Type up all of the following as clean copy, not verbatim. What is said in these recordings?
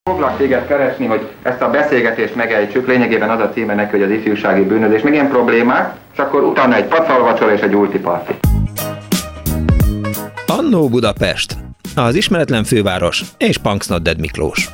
Foglak téged keresni, hogy ezt a beszélgetést megejtsük, lényegében az a címe neki, hogy az ifjúsági bűnözés, meg ilyen problémák, és akkor utána egy pacalvacsora és egy ultiparti. Annó Budapest, az ismeretlen főváros és Punks Not Dead Miklós.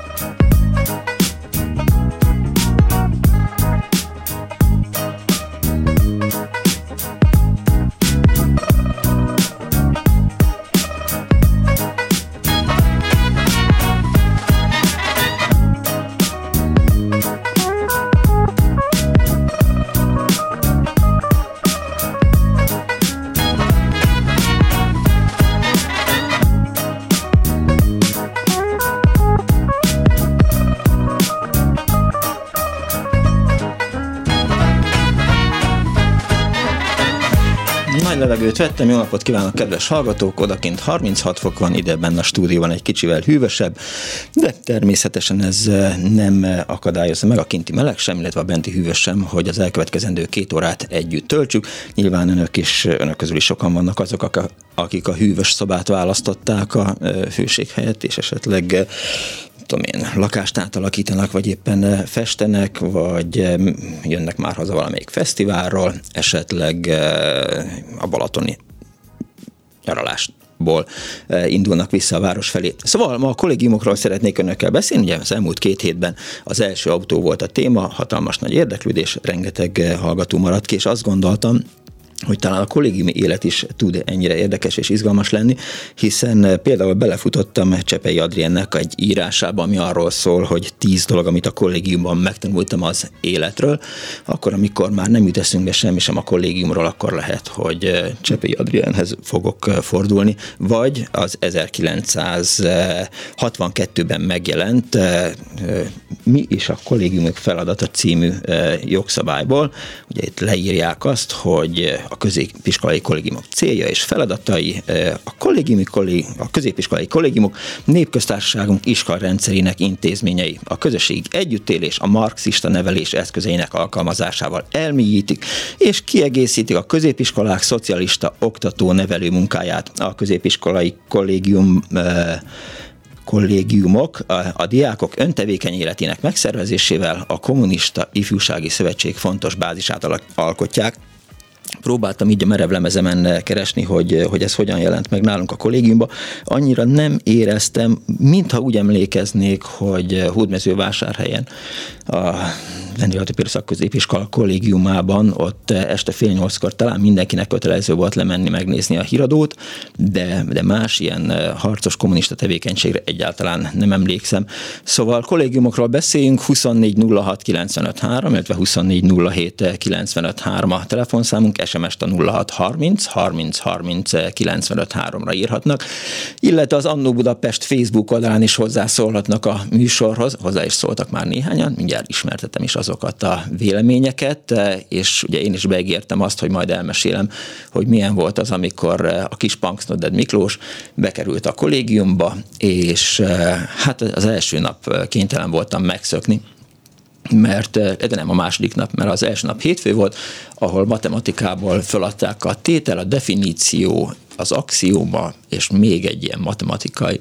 Levegőt vettem, jó napot kívánok, kedves hallgatók, odakint 36 fok van, ide benne a stúdióban egy kicsivel hűvösebb, de természetesen ez nem akadályozza meg a kinti meleg sem, illetve a benti hűvös sem, hogy az elkövetkezendő 2 órát együtt töltsük. Nyilván önök közül is sokan vannak azok, akik a hűvös szobát választották a hőség helyett, és esetleg lakást átalakítanak, vagy éppen festenek, vagy jönnek már haza valamelyik fesztiválról, esetleg a balatoni nyaralásból indulnak vissza a város felé. Szóval ma a kollégiumokról szeretnék önökkel beszélni, ugye az elmúlt 2 hétben az első autó volt a téma, hatalmas nagy érdeklődés, rengeteg hallgató maradt ki, és azt gondoltam, hogy talán a kollégiumi élet is tud ennyire érdekes és izgalmas lenni, hiszen például belefutottam Csepei Adriennek egy írásába, ami arról szól, hogy 10 dolog, amit a kollégiumban megtanultam az életről, akkor, amikor már nem jut eszünkbe semmi sem a kollégiumról, akkor lehet, hogy Csepei Adrienhez fogok fordulni, vagy az 1962-ben megjelent Mi is a kollégiumok feladata című jogszabályból. Ugye itt leírják azt, hogy a középiskolai kollégiumok célja és feladatai, a középiskolai kollégiumok népköztársaságunk iskolarendszerének intézményei, a közösségi együttélés, a marxista nevelés eszközeinek alkalmazásával elmélyítik, és kiegészítik a középiskolák szocialista oktató-nevelő munkáját. A középiskolai kollégiumok a diákok öntevékeny életének megszervezésével a Kommunista Ifjúsági Szövetség fontos bázisát alkotják. Próbáltam így a merevlemezemen keresni, hogy ez hogyan jelent meg nálunk a kollégiumban. Annyira nem éreztem, mintha úgy emlékeznék, hogy Hódmezővásárhelyen a Vendéglátóipari Péter Szakközépiskola kollégiumában ott este 7:30-kor talán mindenkinek kötelező volt lemenni megnézni a híradót, de más ilyen harcos kommunista tevékenységre egyáltalán nem emlékszem. Szóval kollégiumokról beszéljünk, 24 06 95 3, illetve 24 07 95 3 a telefonszámunk, SMS-t a 06 30 30 30 95 3-ra írhatnak, illetve az Annó Budapest Facebook oldalán is hozzászólhatnak a műsorhoz, hozzá is szóltak már néhányan, mindjárt ismertetem is azokat a véleményeket, és ugye én is beígértem azt, hogy majd elmesélem, hogy milyen volt az, amikor a kis Punks Not Dead Miklós bekerült a kollégiumba, és hát az első nap kénytelen voltam megszökni, de nem a második nap, mert az első nap hétfő volt, ahol matematikából feladták a tétel, a definíció, az axióma, és még egy ilyen matematikai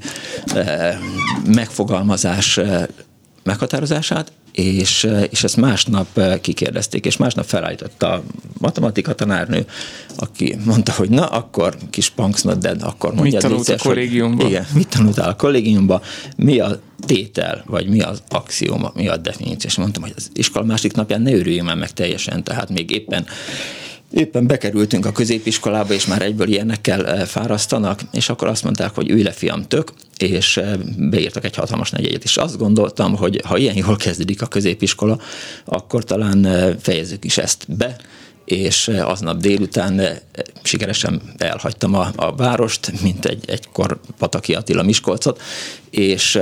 megfogalmazás meghatározását, és ezt másnap kikérdezték, és másnap felállította a matematika tanárnő, aki mondta, hogy na, akkor kis Punks Not Dead, akkor mondja. Mit tanult a kollégiumban? Igen, mit tanultál a kollégiumban, mi a tétel, vagy mi az axióma, mi a definíció, és mondtam, hogy az iskola másik napján ne örüljünk már meg teljesen, tehát még éppen bekerültünk a középiskolába, és már egyből ilyenekkel fárasztanak, és akkor azt mondták, hogy ülj le, fiam, tök, és beírtak egy hatalmas negyegyet, és azt gondoltam, hogy ha ilyen jól kezdődik a középiskola, akkor talán fejezzük is ezt be, és aznap délután sikeresen elhagytam a várost, mint egykor Pataki Attila Miskolcot, és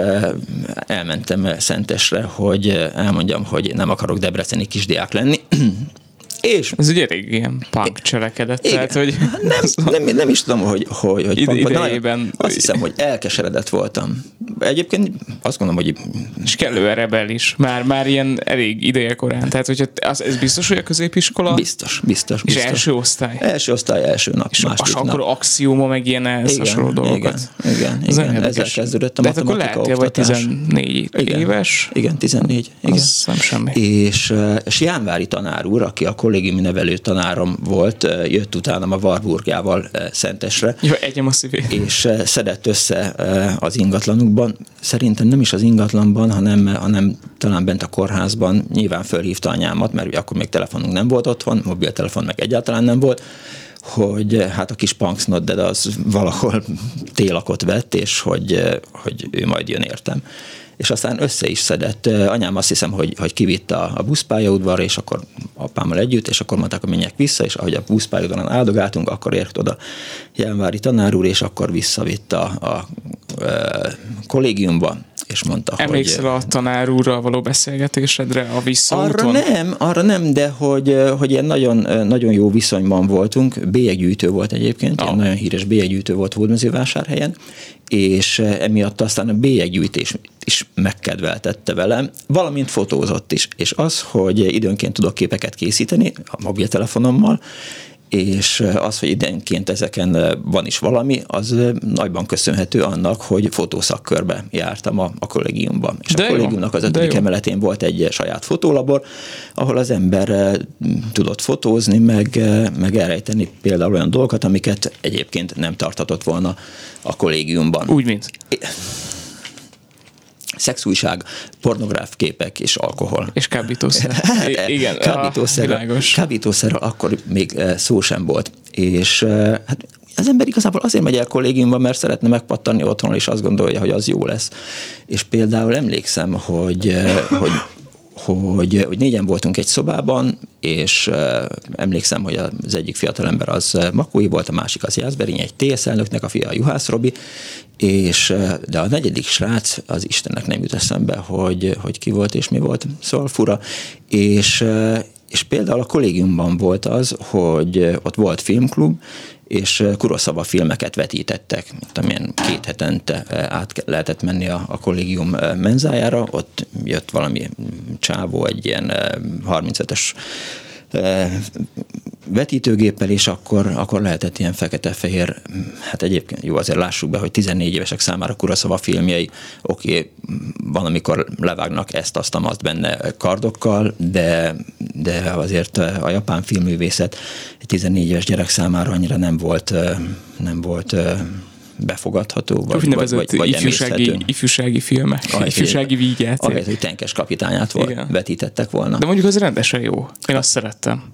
elmentem Szentesre, hogy elmondjam, hogy nem akarok debreceni kisdiák lenni, És ez ugye elég ilyen punk cselekedet, tehát, hogy... Nem is tudom, hogy idejében... Azt hiszem, hogy elkeseredett voltam. Egyébként azt gondolom, hogy... És kellően rebellis. Már ilyen elég ideje korán. Tehát, hogyha ez biztos, hogy a középiskola? Biztos. És első osztály? Első osztály, első nap, és második nap. akkor axióma, meg ilyen ehhez hasonló dolgokat. Igen. Ezzel kezdődött a matematika oktatás. De akkor lehet, vagy 14 éves? Igen, 14. Igen. Az nem semmi. És Jánvári tanár úr, aki a kollégiumi nevelő tanárom volt, jött utánam a Warburgával Szentesre. Jó, egyem a szívét. És szedett össze az ingatlanukban. Szerintem nem is az ingatlanban, hanem talán bent a kórházban. Nyilván fölhívta anyámat, mert akkor még telefonunk nem volt otthon, mobiltelefon meg egyáltalán nem volt, hogy hát a kis punksnodded az valahol télakot vett, és hogy ő majd jön értem. És aztán össze is szedett. Anyám azt hiszem, hogy kivitt a buszpályaudvarra, és akkor apámmal együtt, és akkor mondták, hogy menjek vissza, és ahogy a buszpályaudvaron áldogáltunk, akkor ért oda Jánvári tanár úr, és akkor visszavitt a kollégiumba, és mondta, emlékszel a tanár úrral való beszélgetésedre a visszaúton? Arra nem, de hogy ilyen nagyon, nagyon jó viszonyban voltunk. Bélyeggyűjtő volt egyébként, ilyen nagyon híres bélyeggyűjtő volt Hódmezővásárhelyen, és emiatt aztán a bélyeggyűjtés is megkedveltette velem, valamint fotózott is. És az, hogy időnként tudok képeket készíteni a mobiltelefonommal, és az, hogy időnként ezeken van is valami, az nagyban köszönhető annak, hogy fotószakkörbe jártam a kollégiumban. És a kollégiumnak az 5. emeletén volt egy saját fotólabor, ahol az ember tudott fotózni, meg elrejteni például olyan dolgokat, amiket egyébként nem tartatott volna a kollégiumban. Úgy, mint? Szexújság, pornográf képek és alkohol. És kábítószer. Igen, kábítószerről akkor még szó sem volt. És hát az ember igazából azért megy el kollégiumba, mert szeretne megpattanni otthon, és azt gondolja, hogy az jó lesz. És például emlékszem, hogy négyen voltunk egy szobában, és emlékszem, hogy az egyik fiatalember az Makói volt, a másik az Jászberény, egy TSZ elnöknek a fia, a Juhász Robi, de a negyedik srác, az Istennek nem jut eszembe, hogy ki volt és mi volt, szóval fura, és például a kollégiumban volt az, hogy ott volt filmklub, és Kuroszava filmeket vetítettek, mint amilyen 2 hetente át lehetett menni a kollégium menzájára, ott jött valami csávó, egy ilyen 35-ös vetítőgéppel, és akkor lehetett ilyen fekete-fehér, hát egyébként jó, azért lássuk be, hogy 14 évesek számára Kuroszava filmjei, oké, van, amikor levágnak ezt, azt benne kardokkal, de azért a japán filmművészet egy 14 éves gyerek számára annyira nem volt befogadható, vagy ifjúsági filmek, ifjúsági vígjáték. Ahelyett, hogy Tenkes kapitányát vetítettek volna. De mondjuk az rendesen jó. Én azt szerettem.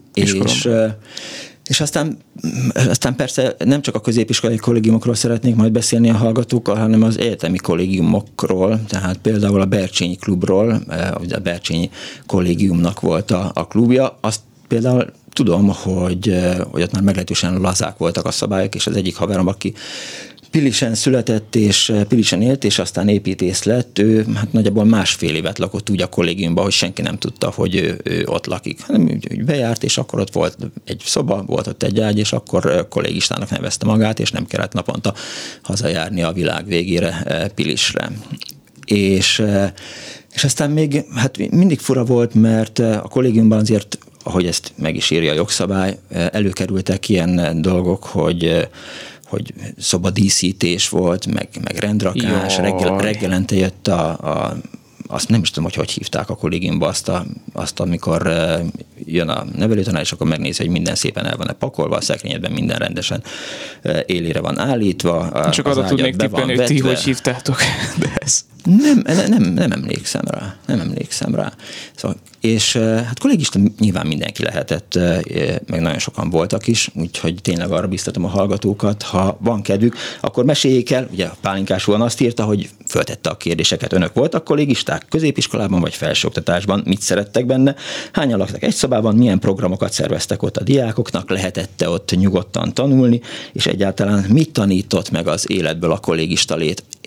És aztán persze nem csak a középiskolai kollégiumokról szeretnék majd beszélni a hallgatókkal, hanem az egyetemi kollégiumokról, tehát például a Bercsényi klubról, a Bercsényi kollégiumnak volt a klubja. Azt például tudom, hogy ott már meglehetősen lazák voltak a szabályok, és az egyik haverom, aki Pilisen született, és Pilisen élt, és aztán építész lett. Ő hát nagyjából 1,5 évet lakott úgy a kollégiumban, hogy senki nem tudta, hogy ő ott lakik. Hanem úgy bejárt, és akkor ott volt egy szoba, volt ott egy ágy, és akkor kollégistának nevezte magát, és nem kellett naponta hazajárni a világ végére Pilisre. És aztán még hát mindig fura volt, mert a kollégiumban azért, ahogy ezt meg is írja a jogszabály, előkerültek ilyen dolgok, hogy szobadíszítés volt, meg rendrakás, reggelente jött azt nem is tudom, hogy hívták a kollégiumba azt amikor jön a nevelőtanár, és akkor megnézi, hogy minden szépen el van-e pakolva, a szekrényedben minden rendesen élére van állítva. Csak arra tudnék tippelni, hogy ti hogy hívtátok, de ez... Nem emlékszem rá. Szóval, és hát kollégista nyilván mindenki lehetett, meg nagyon sokan voltak is, úgyhogy tényleg arra biztatom a hallgatókat, ha van kedvük, akkor meséljék el, ugye a Pálinkás úr azt írta, hogy föltette a kérdéseket, önök voltak kollégisták középiskolában vagy felsőoktatásban, mit szerettek benne, hányan laktak egy szobában, milyen programokat szerveztek ott a diákoknak, lehetette ott nyugodtan tanulni, és egyáltalán mit tanított meg az életből a kollégista lét.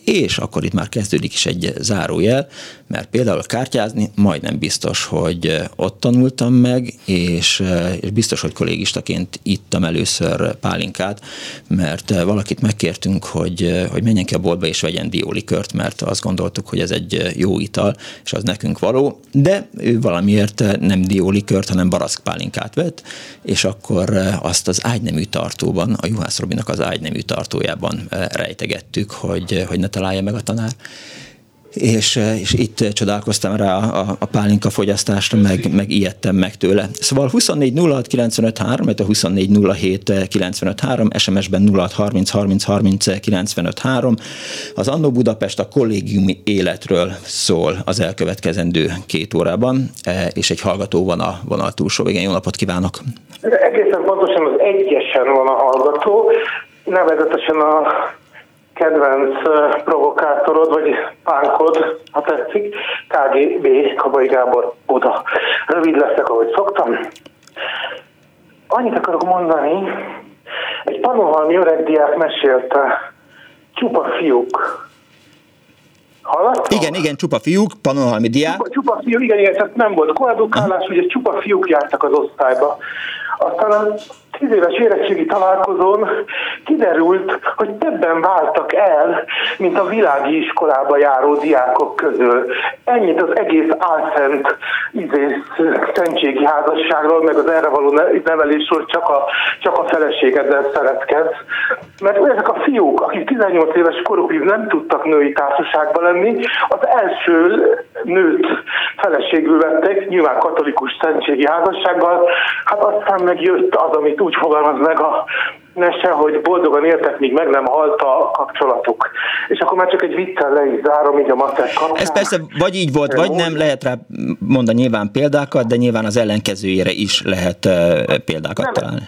és akkor itt már kezdődik is egy zárójel, mert például kártyázni majdnem biztos, hogy ott tanultam meg, és biztos, hogy kollégistaként ittam először pálinkát, mert valakit megkértünk, hogy menjen ki a boltba és vegyen diólikört, mert azt gondoltuk, hogy ez egy jó ital, és az nekünk való, de ő valamiért nem diólikört, hanem barackpálinkát vett, és akkor azt az ágynemű tartóban, a Juhász Robinak az ágynemű tartójában rejtegettük, hogy ne találja meg a tanár. És itt csodálkoztam rá a pálinka fogyasztásra, meg ijedtem meg tőle. Szóval 24 06 95 3, a 24 07 95 3, SMS-ben 06 30 30 30 95 3. Az Annó Budapest a kollégiumi életről szól az elkövetkezendő 2 órában, és egy hallgató van a vonal túlsó végén. Jó napot kívánok! Egészen pontosan az egyesen van a hallgató, nevezetesen a kedvenc provokátorod, vagy pánkod, ha tetszik, KGB, Kabai Gábor Oda. Rövid leszek, ahogy szoktam. Annyit akarok mondani, egy pannonhalmi öreg diák mesélte, csupa fiúk. Hallattam? Igen, csupa fiúk, pannonhalmi diák. Csupa fiúk, igen, tehát nem volt koedukálás, ugye csupa fiúk jártak az osztályba. Aztán a 10 éves érettségi találkozón kiderült, hogy többen váltak el, mint a világi iskolába járó diákok közül. Ennyit az egész álszent szentségi házasságról, meg az erre való nevelésről csak a feleségeddel szeretkezz. Mert ezek a fiúk, akik 18 éves korukig nem tudtak női társaságba lenni, az első nőt feleségül vették, nyilván katolikus szentségi házassággal, hát aztán megjött az, amit úgy fogalmaz meg a mese, hogy boldogan éltek, míg meg nem halt a kapcsolatuk. És akkor már csak egy viccel le is zárom, így a matek kapcsán. Ez persze vagy így volt, vagy nem, lehet rá mondani nyilván példákat, de nyilván az ellenkezőjére is lehet példákat találni.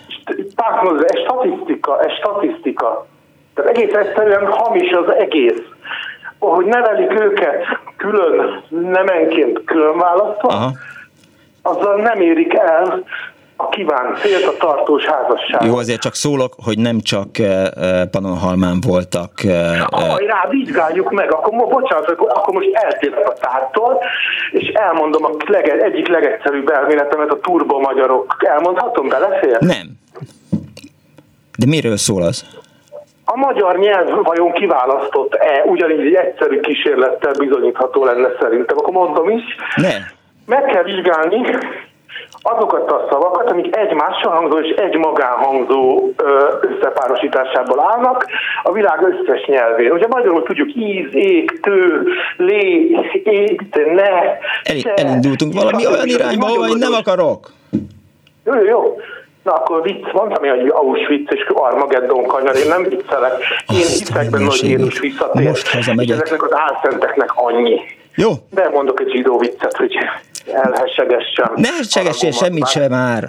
Ez statisztika. Tehát egész egyszerűen hamis az egész. Hogy nevelik őket külön nemenként külön választva, azzal nem érik el a kívánt célt, a tartós házasságot. Jó, azért csak szólok, hogy nem csak Pannonhalmán voltak. Rá vizsgáljuk meg, akkor most eltérek a tártól, és elmondom egyik legegyszerűbb elméletemet, a turbomagyarok. Elmondhatom, belefér? Nem. De miről szól az? A magyar nyelv vajon kiválasztott-e? Ugyanígy egy egyszerű kísérlettel bizonyítható lenne szerintem. Akkor mondom is. Ne. Meg kell vizsgálni azokat a szavakat, amik egy máshangzó és egy magánhangzó összepárosításából állnak a világ összes nyelvén. Ugye magyarul tudjuk íz, ég, tő, lé, ég, ne. Elindultunk valami olyan irányba, ahol én nem akarok. Jó. Na akkor vicc, mondtam én, hogy Auschwitz és Armageddon kanyar, én nem viccelek. Én hiszek benne, hogy Jézus visszatér, és ezeknek az álszenteknek annyi. Jó. De mondok egy zsidó viccet, hogy elhessegessem. Ne hessegessél semmit sem már.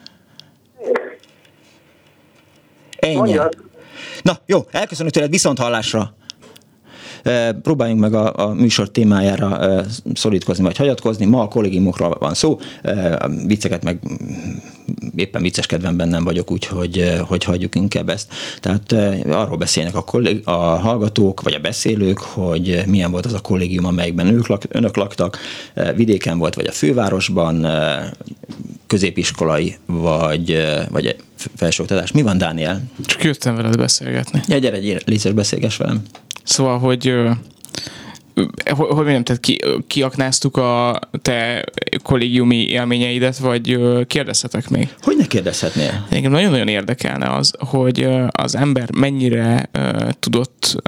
Ennyi. Na jó, elköszönök tőled, viszont hallásra. Próbáljunk meg a műsor témájára szorítkozni vagy hagyatkozni. Ma a kollégiumokról van szó, vicceket meg éppen vicces kedvemben nem vagyok, úgyhogy hagyjuk inkább ezt. Tehát arról beszélnek a hallgatók, vagy a beszélők, hogy milyen volt az a kollégium, amelyikben önök laktak, vidéken volt, vagy a fővárosban, középiskolai, vagy felsőoktatás. Mi van, Dániel? Csak jöttem veled beszélgetni. Ja, gyere, légy beszélgess velem. Szóval, hogy mondjam, tehát kiaknáztuk a te kollégiumi élményeidet, vagy kérdezhetek még? Hogy ne kérdezhetnél? Engem nagyon-nagyon érdekelne az, hogy az ember mennyire tudott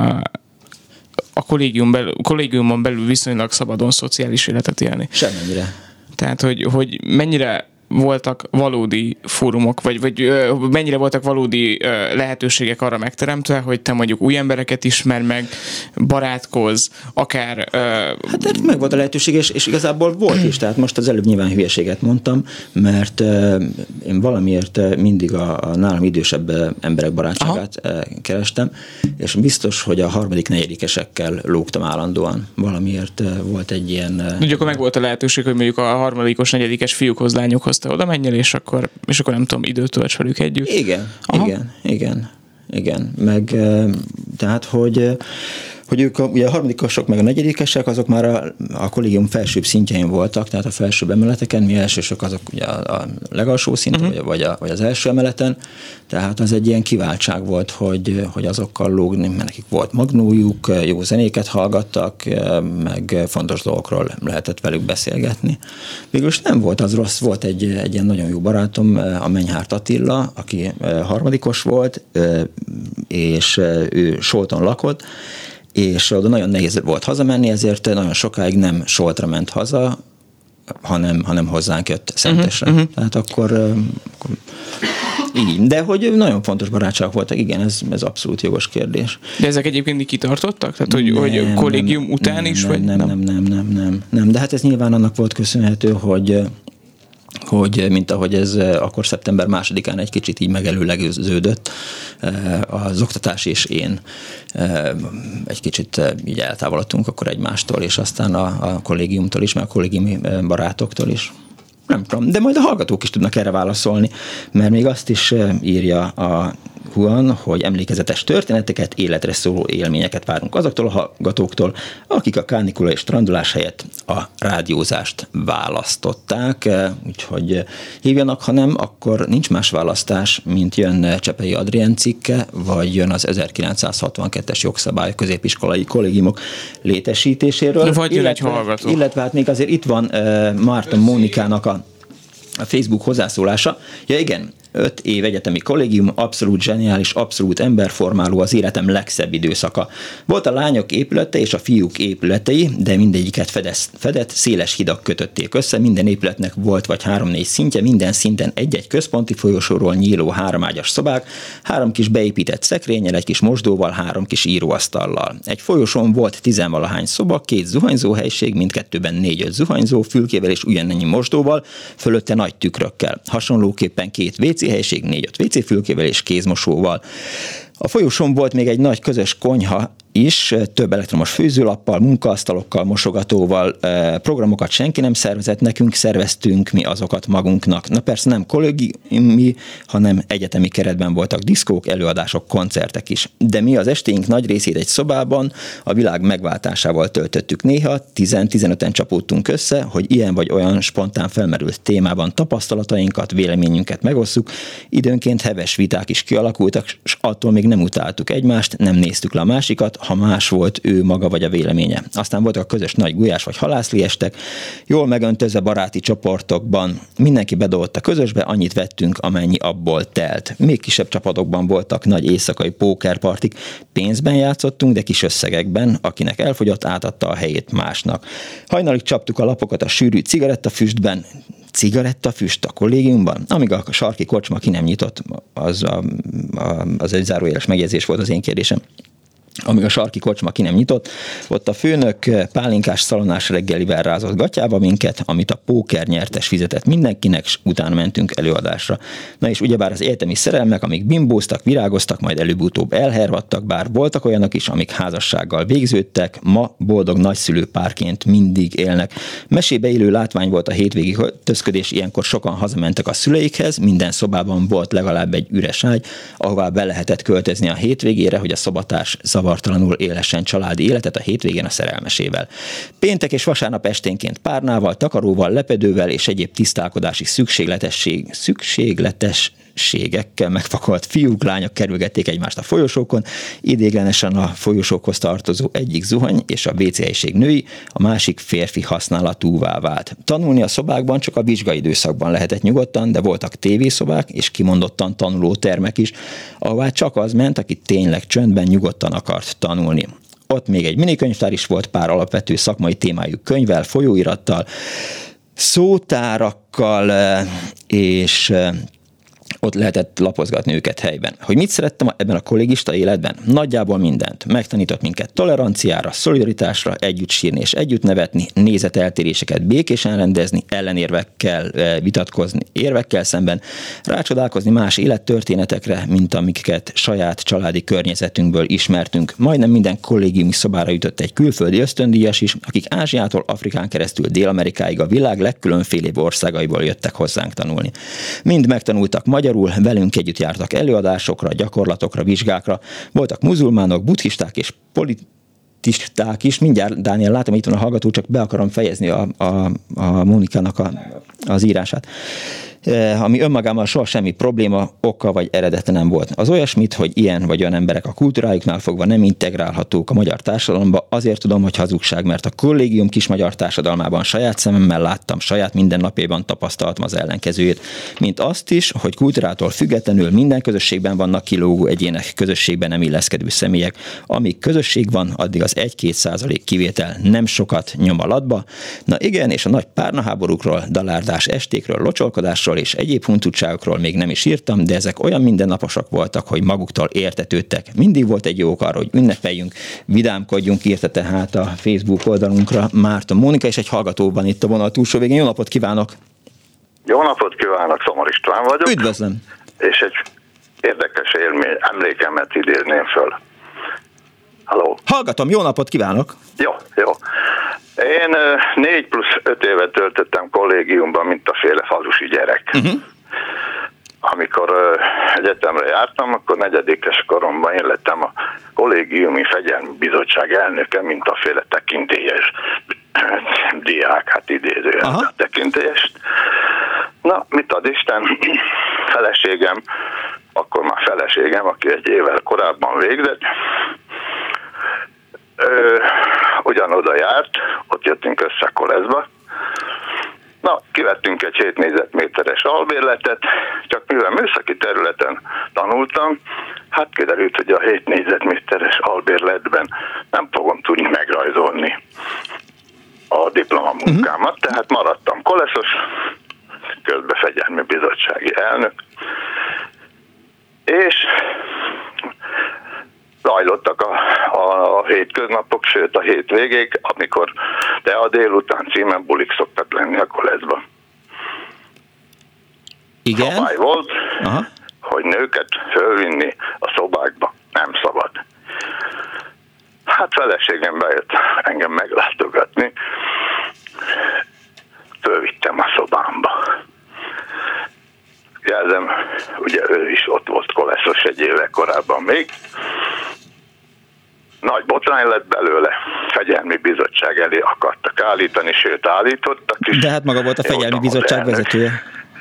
a kollégiumon belül viszonylag szabadon szociális életet élni. Semmennyire. Tehát, hogy mennyire voltak valódi fórumok, vagy mennyire voltak valódi lehetőségek arra megteremtve, hogy te mondjuk új embereket ismer meg, barátkozz, akár... Hát meg volt a lehetőség, és igazából volt is, tehát most az előbb nyilván hülyeséget mondtam, mert én valamiért mindig a nálam idősebb emberek barátságát kerestem, és biztos, hogy a harmadik, negyedikesekkel lógtam állandóan. Valamiért volt egy ilyen... Ugye akkor meg volt a lehetőség, hogy mondjuk a harmadikos, negyedikes fiúkhoz, lányokhoz te oda menjél, és akkor nem tudom, időt tölts velük együtt. Igen. Meg tehát, hogy hogy ők ugye a harmadikosok meg a negyedikesek, azok már a kollégium felsőbb szintjein voltak, tehát a felsőbb emeleteken, mi elsősök azok ugye a legalsó szinten, vagy az első emeleten, tehát az egy ilyen kiváltság volt, hogy azokkal lógni, mert nekik volt magnójuk, jó zenéket hallgattak, meg fontos dolgokról lehetett velük beszélgetni. Végülis nem volt az rossz, volt egy ilyen nagyon jó barátom, a Menyhárt Attila, aki harmadikos volt, és ő Solton lakott, és oda nagyon nehéz volt hazamenni, ezért nagyon sokáig nem Soltra ment haza, hanem hozzánk jött Szentesre. Tehát akkor így. De hogy nagyon fontos barátságok voltak, igen, ez abszolút jogos kérdés. De ezek egyébként kitartottak? Tehát, hogy kollégium után is? Nem. De hát ez nyilván annak volt köszönhető, hogy mint ahogy ez akkor szeptember 2-án egy kicsit így megelőlegződött, az oktatás és én egy kicsit így eltávolodtunk akkor egymástól, és aztán a kollégiumtól is, meg a kollégiumi barátoktól is. Nem tudom, de majd a hallgatók is tudnak erre válaszolni, mert még azt is írja a Huan, hogy emlékezetes történeteket, életre szóló élményeket várunk azoktól a hallgatóktól, akik a kánikula és strandolás helyett a rádiózást választották, úgyhogy hívjanak, ha nem, akkor nincs más választás, mint jön Csepei Adrien cikke, vagy jön az 1962-es jogszabály középiskolai kollégiumok létesítéséről. Vagy jön egy hallgató. Illetve hát még azért itt van Márton Mónikának a Facebook hozzászólása. Ja igen, 5 év egyetemi kollégium, abszolút zseniális, abszolút emberformáló, az életem legszebb időszaka. Volt a lányok épülete és a fiúk épületei, de mindegyiket fedett, széles hidak kötötték össze, minden épületnek volt vagy 3-4 szintje, minden szinten egy-egy központi folyosóról nyíló 3 ágyas szobák, 3 kis beépített szekrényel, egy kis mosdóval, 3 kis íróasztallal. Egy folyosón volt 10-valahány szoba, 2 zuhanyzóhelység, mindkettőben 4-5 zuhanyzó, fülkével és ugyanennyi mosdóval, fölötte nagy tükrökkel. Hasonlóképpen 2 WC helység, 4-5 WC fülkével és kézmosóval. A folyosón volt még egy nagy közös konyha is, több elektromos főzőlappal, munkaasztalokkal, mosogatóval, programokat senki nem szervezett, nekünk szerveztünk mi azokat magunknak. Na persze nem kollégiumi, hanem egyetemi keretben voltak diszkók, előadások, koncertek is. De mi az esténk nagy részét egy szobában a világ megváltásával töltöttük. Néha 10-15-en csapódtunk össze, hogy ilyen vagy olyan spontán felmerült témában tapasztalatainkat, véleményünket megosszuk. Időnként heves viták is kialakultak, és attól még nem utáltuk egymást, nem néztük le a másikat, ha más volt ő maga vagy a véleménye. Aztán voltak a közös nagy gulyás vagy halászli estek, jól megöntözve baráti csoportokban. Mindenki bedobott a közösbe, annyit vettünk, amennyi abból telt. Még kisebb csapatokban voltak nagy éjszakai pókerpartik. Pénzben játszottunk, de kis összegekben, akinek elfogyott, átadta a helyét másnak. Hajnalig csaptuk a lapokat a sűrű cigarettafüstben, cigarettafüst a kollégiumban, amíg a sarki kocsma ki nem nyitott, az egy zárójeles megjegyzés volt az én kérdésem. Amíg a sarki kocsma ki nem nyitott, ott a főnök pálinkás szalonás reggelivel rázott gatyába minket, amit a póker nyertes fizetett mindenkinek, és utána mentünk előadásra. Na és ugyebár az egyetemi szerelmek, amik bimbóztak, virágoztak, majd előbb-utóbb elhervadtak, bár voltak olyanok is, amik házassággal végződtek, ma boldog nagyszülő párként mindig élnek. Mesébe élő látvány volt a hétvégi öltözködés, ilyenkor sokan hazamentek a szüleikhez, minden szobában volt legalább egy üres ágy, ahová be lehetett költözni a hétvégére, hogy a szobatárs zavartalanul élhessen családi életet a hétvégén a szerelmesével. Péntek és vasárnap esténként párnával, takaróval, lepedővel és egyéb tisztálkodási szükségletességekkel megfakolt fiúk, lányok kerülgették egymást a folyosókon, idéglenesen a folyosókhoz tartozó egyik zuhany és a WC helység női, a másik férfi használatúvá vált. Tanulni a szobákban csak a vizsgaidőszakban lehetett nyugodtan, de voltak tévészobák és kimondottan tanulótermek is, ahová csak az ment, aki tényleg csöndben nyugodtan akart tanulni. Ott még egy minikönyvtár is volt, pár alapvető szakmai témájú könyvvel, folyóirattal, szótárakkal, és ott lehetett lapozgatni őket helyben. Hogy mit szerettem ebben a kollégista életben? Nagyjából mindent. Megtanított minket toleranciára, szolidaritásra, együtt sírni és együtt nevetni, nézeteltéréseket békésen rendezni, ellenérvekkel vitatkozni, érvekkel szemben, rácsodálkozni más élettörténetekre, mint amiket saját családi környezetünkből ismertünk. Majdnem minden kollégiumi szobára jutott egy külföldi ösztöndíjas is, akik Ázsiától Afrikán keresztül Dél-Amerikáig a világ legkülönfélébb országaiból jöttek hozzánk tanulni. Mind megtanultak magyarul, velünk együtt jártak előadásokra, gyakorlatokra, vizsgákra. Voltak muzulmánok, buddhisták és politisták is, mindjárt Dániel, látom, itt van a hallgató, csak be akarom fejezni a Mónikának az írását. Ami önmagában soha semmi probléma, oka vagy eredete nem volt. Az olyasmit, hogy ilyen vagy olyan emberek a kultúrájuknál fogva nem integrálhatók a magyar társadalomba, azért tudom, hogy hazugság, mert a kollégium kis magyar társadalmában saját szememmel láttam, saját mindennapjában tapasztaltam az ellenkezőjét, mint azt is, hogy kultúrától függetlenül minden közösségben vannak kilógó egyének, közösségben nem illeszkedő személyek. Amíg közösség van, addig az 1-2% kivétel nem sokat nyom alatba. Na igen, és a nagy párnaháborúkról, dalárdás estékről, locsolkodásról és egyéb huncutságokról még nem is írtam, de ezek olyan mindennaposak voltak, hogy maguktól értetődtek. Mindig volt egy jó ok arra, hogy ünnepeljünk, vidámkodjunk, írta tehát a Facebook oldalunkra Márta Mónika, és egy hallgatóban itt a vonal túlsó végén. Jó napot kívánok! Jó napot kívánok, Szomor István vagyok. Üdvözlöm! És egy érdekes élmény, emlékemet idézném föl. Halló? Hallgatom, jó napot kívánok! Jó. Én 4+5 évet töltöttem kollégiumban, mint a féle falusi gyerek. Amikor egyetemre jártam, akkor 4. koromban én lettem a kollégiumi fegyelmi bizottság elnöke, mint a féle tekintélyes diák, hát idézően a tekintélyest. Na, mit ad Isten, feleségem, akkor már feleségem, aki egy évvel korábban végzett, ugyanoda járt, ott jöttünk össze Koleszba. Na, kivettünk egy 7 négyzetméteres albérletet, csak mivel műszaki területen tanultam, hát kiderült, hogy a 7 négyzetméteres albérletben nem fogom tudni megrajzolni a diplomamunkámat, tehát maradtam koleszos, közben fegyelmi bizottsági elnök, és zajlottak a hétköznapok, sőt a hétvégék, amikor de a délután címen bulik szoktak lenni a koleszba. Igen? Szabály volt, hogy nőket fölvinni a szobákba nem szabad. Hát feleségem bejött engem meglátogatni, fölvittem a szobámba. Jelzem, ugye ő is ott volt koleszos egy évvel korábban még. Nagy botrány lett belőle, fegyelmi bizottság elé akartak állítani, sőt állítottak is. De hát maga volt a fegyelmi bizottság vezetője.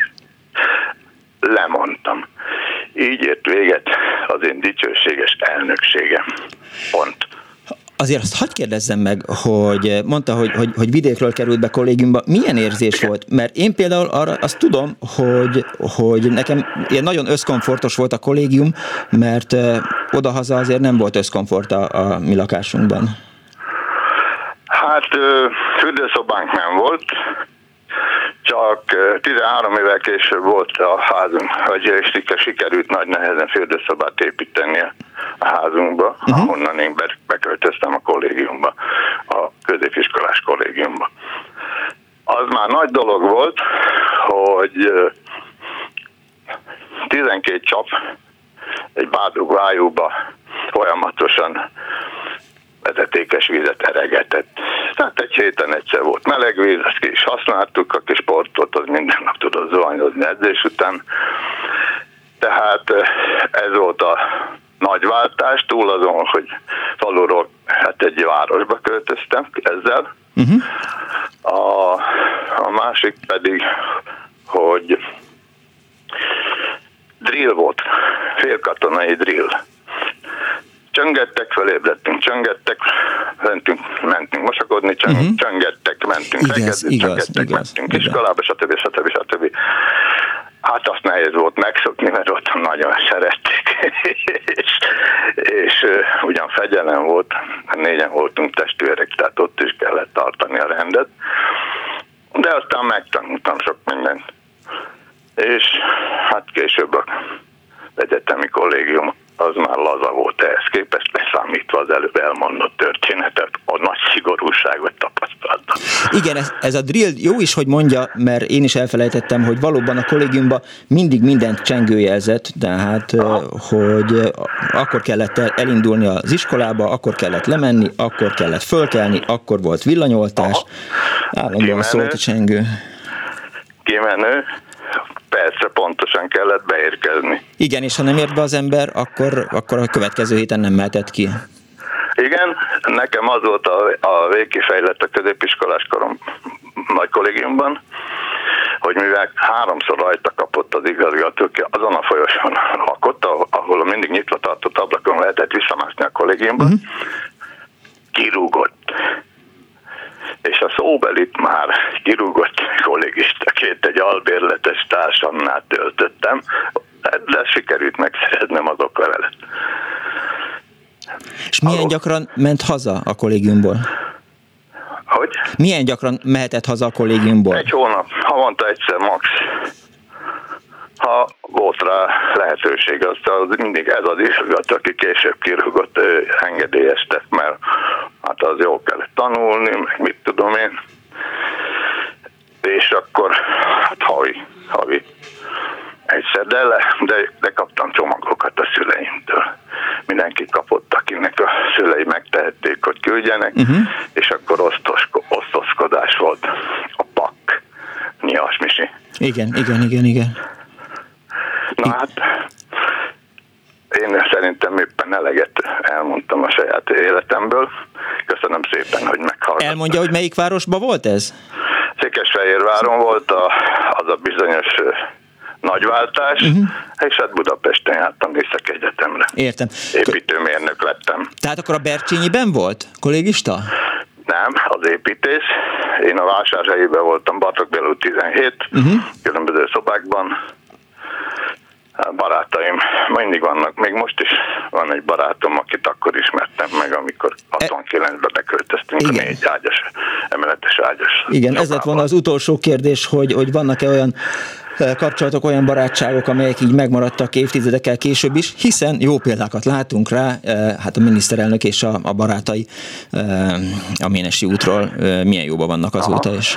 Lemondtam. Így ért véget az én dicsőséges elnökségem. Pont. Azért azt hadd kérdezzem meg, hogy mondta, hogy vidékről került be kollégiumba. Milyen érzés volt? Mert én például arra azt tudom, hogy nekem ilyen nagyon összkomfortos volt a kollégium, mert odahaza azért nem volt összkomfort a mi lakásunkban. Hát fürdőszobánk nem volt, csak 13 évvel később volt a házunk, hogy sikerült nagy nehezen fürdőszobát építeni a házunkba, ahonnan én beköltöztem a kollégiumba, a középiskolás kollégiumba. Az már nagy dolog volt, hogy 12 csap egy bádugvájúba folyamatosan vezetékes vizet eregetett. Tehát egy héten egyszer volt meleg víz, ezt ki is használtuk, a kis sportot, az minden nap tudott zuhanyozni edzés után. Tehát ez volt a nagy váltás, túl azon, hogy faluról hát egy városba költöztem ezzel. A másik pedig, hogy drill volt, félkatonai drill. Csöngettek, felébredtünk, csöngettek, mentünk mosakodni, csöngettek, mentünk reggezni, csöngettek, mentünk iskolába, stb. Hát azt nehéz volt megszokni, mert ott nagyon szerették, és ugyan fegyelem volt, 4-en voltunk testvérek, tehát ott is kellett tartani a rendet, de aztán megtanultam sok mindent. És hát később az egyetemi kollégium az már laza volt ehhez képest, leszámítva az előbb elmondott történetet, a nagy szigorúságot tapasztaltam. Igen, ez a drill jó is, hogy mondja, mert én is elfelejtettem, hogy valóban a kollégiumban mindig mindent csengőjelzett, tehát hogy akkor kellett elindulni az iskolába, akkor kellett lemenni, akkor kellett fölkelni, akkor volt villanyoltás, állandóan szólt a csengő. Kimenő. Persze, pontosan kellett beérkezni. Igen, és ha nem ért be az ember, akkor a következő héten nem mehetett ki. Igen, nekem az volt a végkifejlett a középiskolás korom nagy kollégiumban, hogy mivel 3-szor rajta kapott az igazgató, aki azon a folyosón lakott, ahol mindig nyitva tartott ablakon lehetett visszamászni a kollégiumban, kirúgott. És a szóbelit már kirúgott kollégistaként egy albérletes társamnál töltöttem, de sikerült megszereznem az oklevelet. És milyen gyakran ment haza a kollégiumból? Hogy? Milyen gyakran mehetett haza a kollégiumból? 1 hónap, havonta egyszer max. Ha volt rá lehetőség, az mindig ez az igazgató, aki később kirúgott, engedélyeztet, mert hát az jól kellett tanulni, meg mit tudom én. És akkor hát havi egyszer, de kaptam csomagokat a szüleimtől. Mindenki kapott, akinek a szülei megtehették, hogy küldjenek, és akkor osztozkodás volt a pak. Nyilvás, Misi. Igen. Na hát, én szerintem éppen eleget elmondtam a saját életemből. Köszönöm szépen, hogy meghallgattam. Elmondja, hogy melyik városban volt ez? Székesfehérváron volt az a bizonyos nagyváltás, és hát Budapesten jártam Északi Egyetemre. Értem. Építőmérnök lettem. Tehát akkor a Bercsényiben volt kollégista? Nem, az építész. Én a Vásárhelyében voltam, Bartók Béla út 17, különböző szobákban. Barátaim mindig vannak, még most is van egy barátom, akit akkor ismertem meg, amikor 69-ben beköltöztünk a 4 ágyas, emeletes ágyas. Igen, ez lett volna az utolsó kérdés, hogy vannak-e olyan kapcsolatok, olyan barátságok, amelyek így megmaradtak évtizedekkel később is, hiszen jó példákat látunk rá, hát a miniszterelnök és a barátai a Ménesi útról milyen jóban vannak azóta is.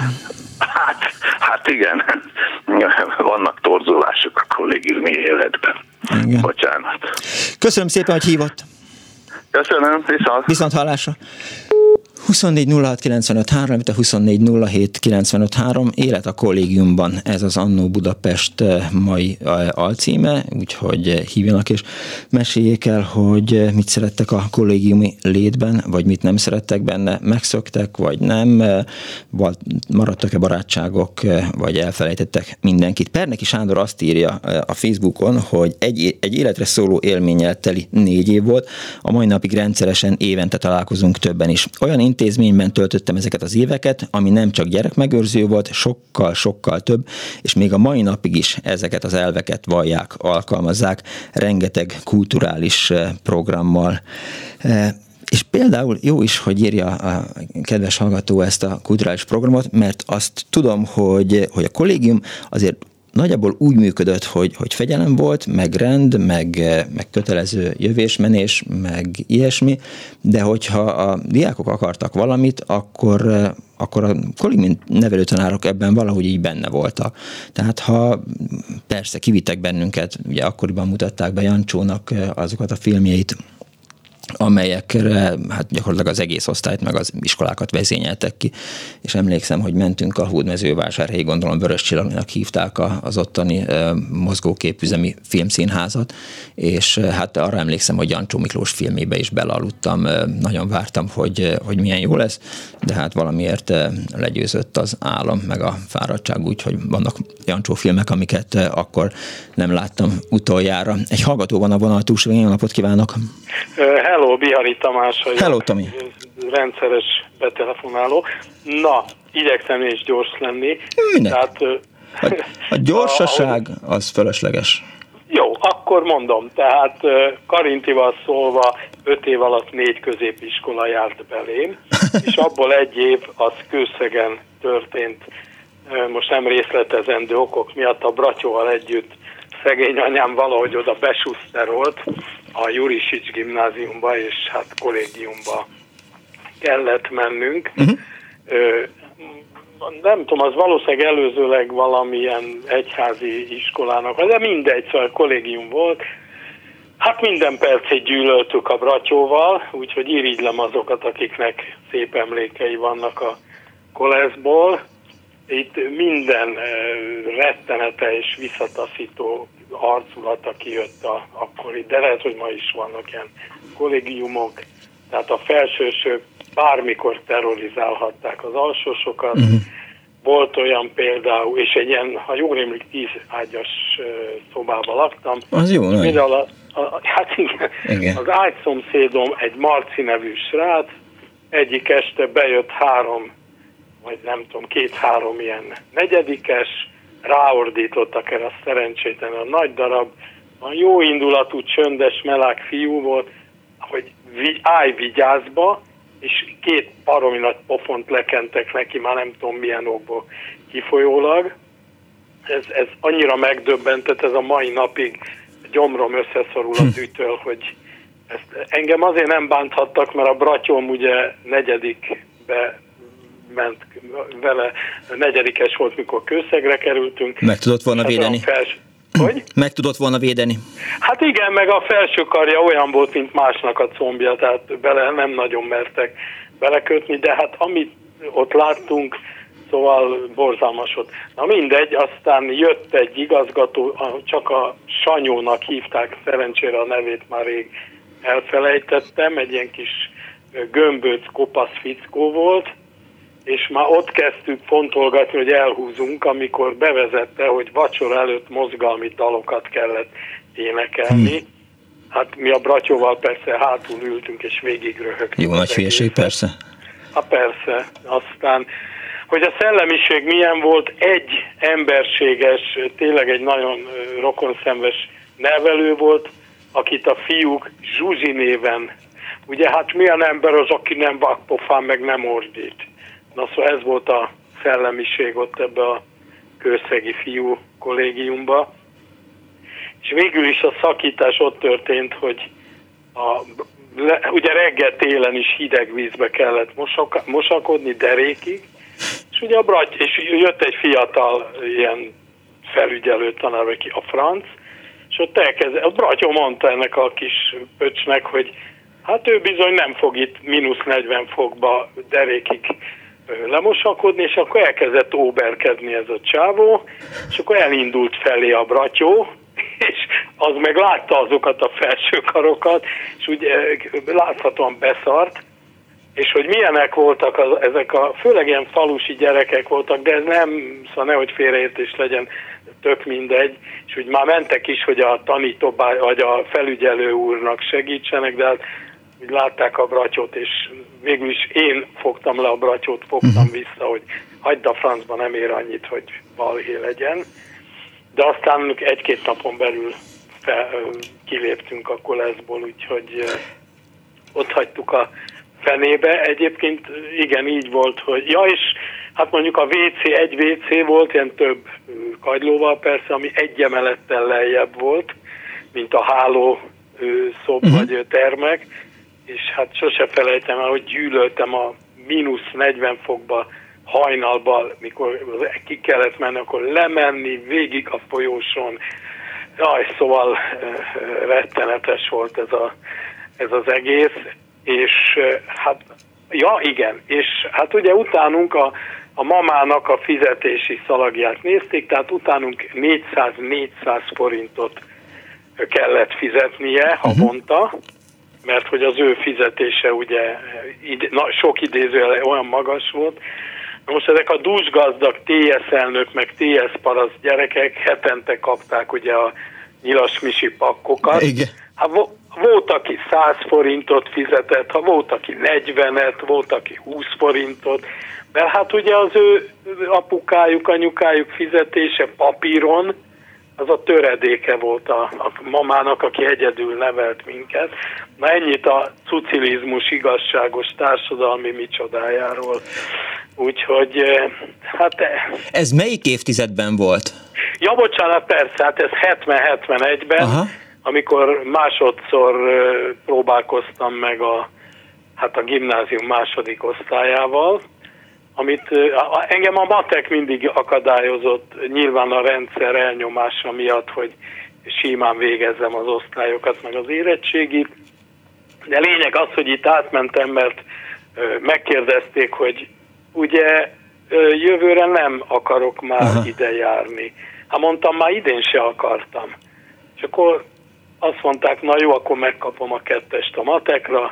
Hát igen, vannak torzulások a kollégiumi életben. Igen. Bocsánat. Köszönöm szépen, hogy hívott. Köszönöm, viszont hallásra. 24 06 95 3, a 24 07 95 3, élet a kollégiumban, ez az Annó Budapest mai alcíme, úgyhogy hívjanak és meséljék el, hogy mit szerettek a kollégiumi létben, vagy mit nem szerettek benne, megszöktek, vagy nem, maradtak-e barátságok, vagy elfelejtettek mindenkit. Perneki Sándor azt írja a Facebookon, hogy egy életre szóló élménnyel teli 4 év volt, a mai napig rendszeresen évente találkozunk többen is. Olyan intézményben töltöttem ezeket az éveket, ami nem csak gyerekmegőrző volt, sokkal több, és még a mai napig is ezeket az elveket vallják, alkalmazzák, rengeteg kulturális programmal. És például jó is, hogy írja a kedves hallgató ezt a kulturális programot, mert azt tudom, hogy a kollégium azért nagyjából úgy működött, hogy fegyelem volt, meg rend, meg kötelező jövésmenés, meg ilyesmi, de hogyha a diákok akartak valamit, akkor a kollégiumi nevelőtanárok ebben valahogy így benne voltak. Tehát ha persze kivittek bennünket, ugye akkoriban mutatták be Jancsónak azokat a filmjeit, amelyekre hát gyakorlatilag az egész osztályt meg az iskolákat vezényeltek ki, és emlékszem, hogy mentünk a Hódmezővásárhelyi, gondolom Vörös Csillagnak hívták az ottani mozgóképüzemi filmszínházat, és hát arra emlékszem, hogy Jancsó Miklós filmébe is belealudtam, nagyon vártam, hogy milyen jó lesz, de hát valamiért legyőzött az álom, meg a fáradtság, úgyhogy vannak Jancsó filmek, amiket akkor nem láttam utoljára. Egy hallgató van a vonal túlsó, jó napot kívánok! Hello, Bihari Tamás vagyok. Hello, Tomi. Rendszeres betelefonáló. Na, igyekszem és gyors lenni. Tehát, a gyorsaság az fölösleges. Jó, akkor mondom. Tehát Karintival szólva 5 év alatt 4 középiskola járt belém, és abból 1 év az Kőszegen történt, most nem részletezendő okok miatt a bratyóval együtt. Szegény anyám valahogy oda besuszterolt a Jurisics gimnáziumba, és hát kollégiumba kellett mennünk. Nem tudom, az valószínűleg előzőleg valamilyen egyházi iskolának, de mindegy, szóval kollégium volt. Hát minden percét gyűlöltük a bratyóval, úgyhogy irigylem azokat, akiknek szép emlékei vannak a koleszból. Itt minden rettenete és visszataszító arculata kijött akkori, de lehet, hogy ma is vannak ilyen kollégiumok. tehát a felsősök bármikor terrorizálhatták az alsósokat. Volt olyan például, és egy ilyen, ha jól emlék, 10 ágyas szobában laktam. Az jó, nagy. Például hát igen, az ágyszomszédom egy Marci nevű srác, egyik este bejött 3, vagy nem tudom, 2-3 ilyen negyedikes, ráordítottak erre a szerencsétlen a nagy darab, a jó indulatú, csöndes, meleg fiú volt, hogy állj vigyázba, és 2 baromi nagy pofont lekentek neki, már nem tudom milyen okból kifolyólag. Ez annyira megdöbbentett, ez a mai napig gyomrom összeszorul a tűtől, hogy engem azért nem bánthattak, mert a bratyóm ugye 4-be ment vele, 4-es volt, mikor Kőszegre kerültünk. Meg tudott volna védeni. Hogy? Meg tudott volna védeni. Hát igen, meg a felső karja olyan volt, mint másnak a combja, tehát bele nem nagyon mertek belekötni, de hát amit ott láttunk, szóval borzalmas volt. Na mindegy, aztán jött egy igazgató, csak a Sanyónak hívták, szerencsére a nevét már rég elfelejtettem, egy ilyen kis gömböc, kopasz fickó volt, és már ott kezdtük fontolgatni, hogy elhúzunk, amikor bevezette, hogy vacsora előtt mozgalmi dalokat kellett énekelni. Hát mi a bratyóval persze hátul ültünk, és végig röhögtünk. Jó nagy hülyeség, persze. Hát persze. Aztán, hogy a szellemiség milyen volt, egy emberséges, tényleg egy nagyon rokonszenves nevelő volt, akit a fiúk Zsuzsi néven, ugye hát milyen ember az, aki nem vakpofán, meg nem ordít. Na szóval ez volt a szellemiség ott ebbe a kőszegi fiú kollégiumba. És végül is a szakítás ott történt, hogy ugye reggel télen is hideg vízbe kellett mosakodni derékig, és ugye és jött egy fiatal ilyen felügyelő tanár, vagy a Franc, és ott a bratyó mondta ennek a kis pöcsnek, hogy hát ő bizony nem fog itt -40 fokba derékig lemosakodni, és akkor elkezdett óberkedni ez a csávó, és akkor elindult felé a bratyó, és az meg látta azokat a felső karokat, és úgy láthatóan beszart, és hogy milyenek voltak ezek főleg ilyen falusi gyerekek voltak, de ez nem, szóval nehogy félreértés legyen, tök mindegy, és úgy már mentek is, hogy a tanító vagy a felügyelő úrnak segítsenek, de hát úgy látták a bratyót, és végül is én fogtam le a bratyót, fogtam vissza, hogy hagyd a francba, nem ér annyit, hogy balhé legyen. De aztán 1-2 napon belül kiléptünk a koleszból, úgyhogy ott hagytuk a fenébe. Egyébként igen, így volt, hogy és hát mondjuk a egy WC volt, ilyen több kagylóval persze, ami egy emelettel lejjebb volt, mint a háló vagy termek, és hát sose felejtem el, hogy gyűlöltem a -40 fokba hajnalban, mikor ki kellett menni, akkor lemenni végig a folyóson. Szóval rettenetes volt ez az egész, és hát, igen, és hát ugye utánunk a mamának a fizetési szalagját nézték, tehát utánunk 400 forintot kellett fizetnie havonta, mert hogy az ő fizetése ugye sok idézőjel olyan magas volt. Most ezek a dúsgazdag TS elnök, meg TS parasz gyerekek hetente kapták ugye a nyilasmisi pakkokat. Igen. Hát volt, aki 100 forintot fizetett, ha volt, aki 40-et, volt, aki 20 forintot, mert hát ugye az ő apukájuk, anyukájuk fizetése papíron, az a töredéke volt a mamának, aki egyedül nevelt minket. Na ennyit a cucilizmus igazságos társadalmi micsodájáról. Úgyhogy, hát... Ez melyik évtizedben volt? Ja, bocsánat, persze, hát ez 70-71-ben, amikor másodszor próbálkoztam meg a gimnázium második osztályával, amit engem a matek mindig akadályozott, nyilván a rendszer elnyomása miatt, hogy simán végezzem az osztályokat, meg az érettségit. De lényeg az, hogy itt átmentem, mert megkérdezték, hogy ugye jövőre nem akarok már ide járni. Hát mondtam, már idén se akartam. És akkor azt mondták, na jó, akkor megkapom a 2-est a matekra,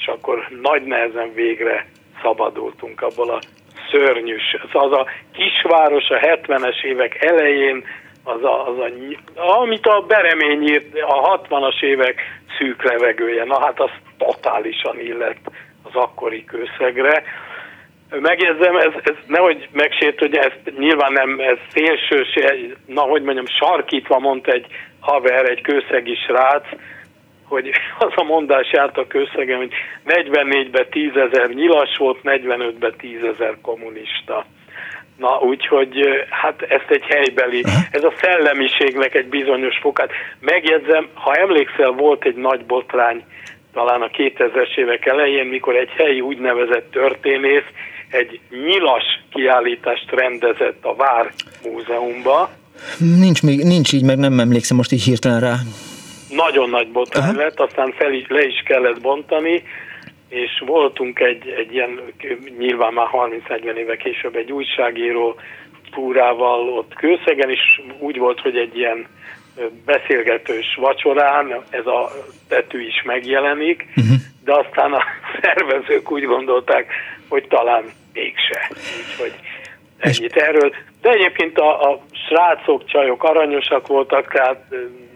és akkor nagy nehezen végre szabadultunk abból a szörnyűs, az a kisváros a 70-es évek elején, amit a Beremény írt, a 60-as évek szűk levegője, na hát az totálisan illett az akkori Kőszegre. Megjegyzem, ez nehogy megsértődjön, ez nyilván nem, ez szélsős, sarkítva mondta egy haver, egy kőszegi srác, hogy az a mondás járt a Kőszegen, hogy 44-ben 10 000 nyilas volt, 45-ben 10 000 kommunista. Na, úgyhogy hát ezt egy helybeli, ez a szellemiségnek egy bizonyos fokát. Megjegyzem, ha emlékszel, volt egy nagy botrány, talán a 2000-es évek elején, mikor egy helyi úgynevezett történész egy nyilas kiállítást rendezett a Vár Múzeumba. Nincs így, meg nem emlékszem most így hirtelen rá. Nagyon nagy botrány lett, aztán le is kellett bontani, és voltunk egy ilyen, nyilván már 30-40 éve később egy újságíró túrával ott Kőszegen, és úgy volt, hogy egy ilyen beszélgetős vacsorán ez a tetű is megjelenik, de aztán a szervezők úgy gondolták, hogy talán mégse. Úgyhogy ennyit erről. De egyébként a srácok, csajok aranyosak voltak, tehát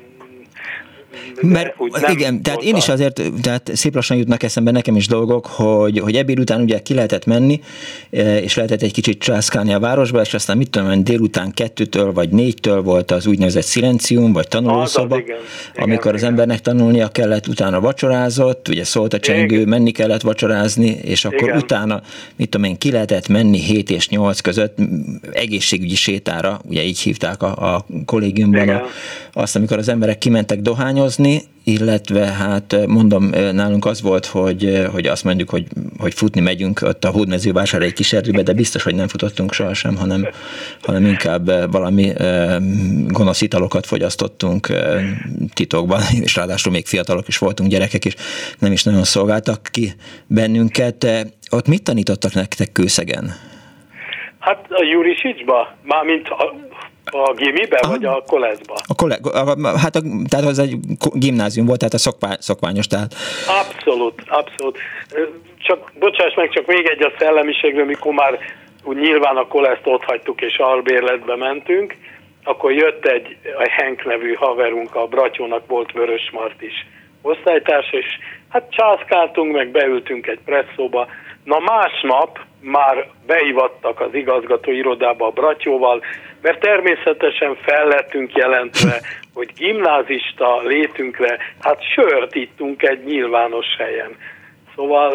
mert igen, tehát én is azért, tehát szép lassan jutnak eszembe nekem is dolgok, hogy ebéd után ugye ki lehetett menni, és lehetett egy kicsit császkálni a városba, és aztán mit tudom, délután 2-től vagy 4-től volt az úgynevezett szilencium, vagy tanulószoba, amikor az embernek tanulnia kellett, utána vacsorázott, ugye szólt a csengő, menni kellett vacsorázni, és akkor utána, mit tudom én, ki lehetett menni 7 és 8 között egészségügyi sétára, ugye így hívták a kollégiumban, azt, amikor az emberek kimentek dohányozni, illetve hát mondom, nálunk az volt, hogy azt mondjuk, hogy futni megyünk ott a Hódmezővásárhelyi kis erdőbe, de biztos, hogy nem futottunk sohasem, hanem inkább valami gonosz italokat fogyasztottunk titokban, és ráadásul még fiatalok is voltunk, gyerekek is, nem is nagyon szolgáltak ki bennünket. Ott mit tanítottak nektek Kőszegen? Hát a Jurisicsba, mármint a gimibe, vagy a koleszba? Tehát az egy gimnázium volt, tehát a szokványos, tehát... Abszolút. Csak, bocsáss meg, csak még egy a szellemiségről, mikor már úgy nyilván a koleszt ott hagytuk, és albérletbe mentünk, akkor jött egy Henk nevű haverunk, a Bratyónak volt Vörösmarty is osztálytársa, és hát császkáltunk, meg beültünk egy presszóba. Na másnap már beívattak az igazgató irodába a Bratyóval, mert természetesen fel lettünk jelentve, hogy gimnázista létünkre, hát sört ittunk egy nyilvános helyen. Szóval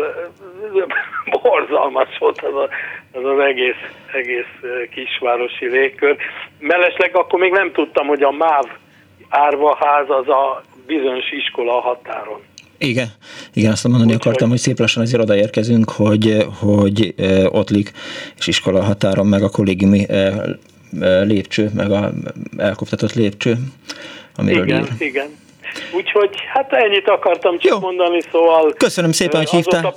borzalmas volt az egész kisvárosi légkör. Mellesleg akkor még nem tudtam, hogy a MÁV árvaház az a bizonyos iskola a határon. Igen, azt mondani akartam, hogy szép lassan azért odaérkezünk, hogy Ottlik és iskola határon, meg a kollégiumi lépcső, meg a elkoptatott lépcső, amiről Igen. Úgyhogy hát ennyit akartam csak mondani, szóval... Köszönöm szépen, hogy hívtál.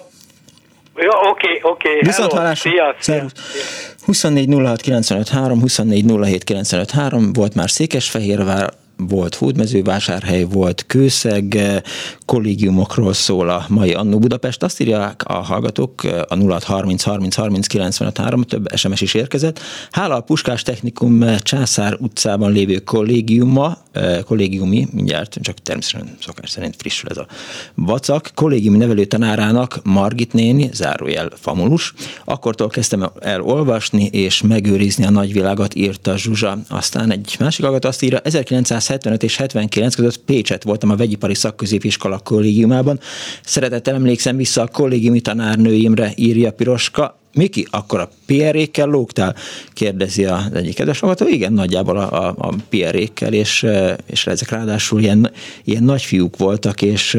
Oké. Viszont hallásra. 24 06 95 3, 24 07 95 3, volt már Székesfehérvár, volt Hódmezővásárhely, volt Kőszeg, kollégiumokról szól a mai Annó Budapest. Azt írják a hallgatók a 0630 30 30 95 3, több SMS is érkezett. Hála a Puskás Technikum Császár utcában lévő kollégiumi, mindjárt csak természetesen szokás szerint frissül ez a vacak, kollégiumi nevelőtanárának, Margit néni, zárójel Famulus, akkortól kezdtem el olvasni és megőrizni a nagyvilágot, írta Zsuzsa. Aztán egy másik hallgató azt írja, 1975 és 79 között Pécset voltam a Vegyipari Szakközépiskola kollégiumában. Szeretettel emlékszem vissza a kollégiumi tanárnőimre, írja Piroska. Miki, akkor a PR-ékkel lógtál? Kérdezi az egyik kedves hallgató. Igen, nagyjából a PR-ékkel, és ezek ráadásul ilyen nagyfiúk voltak,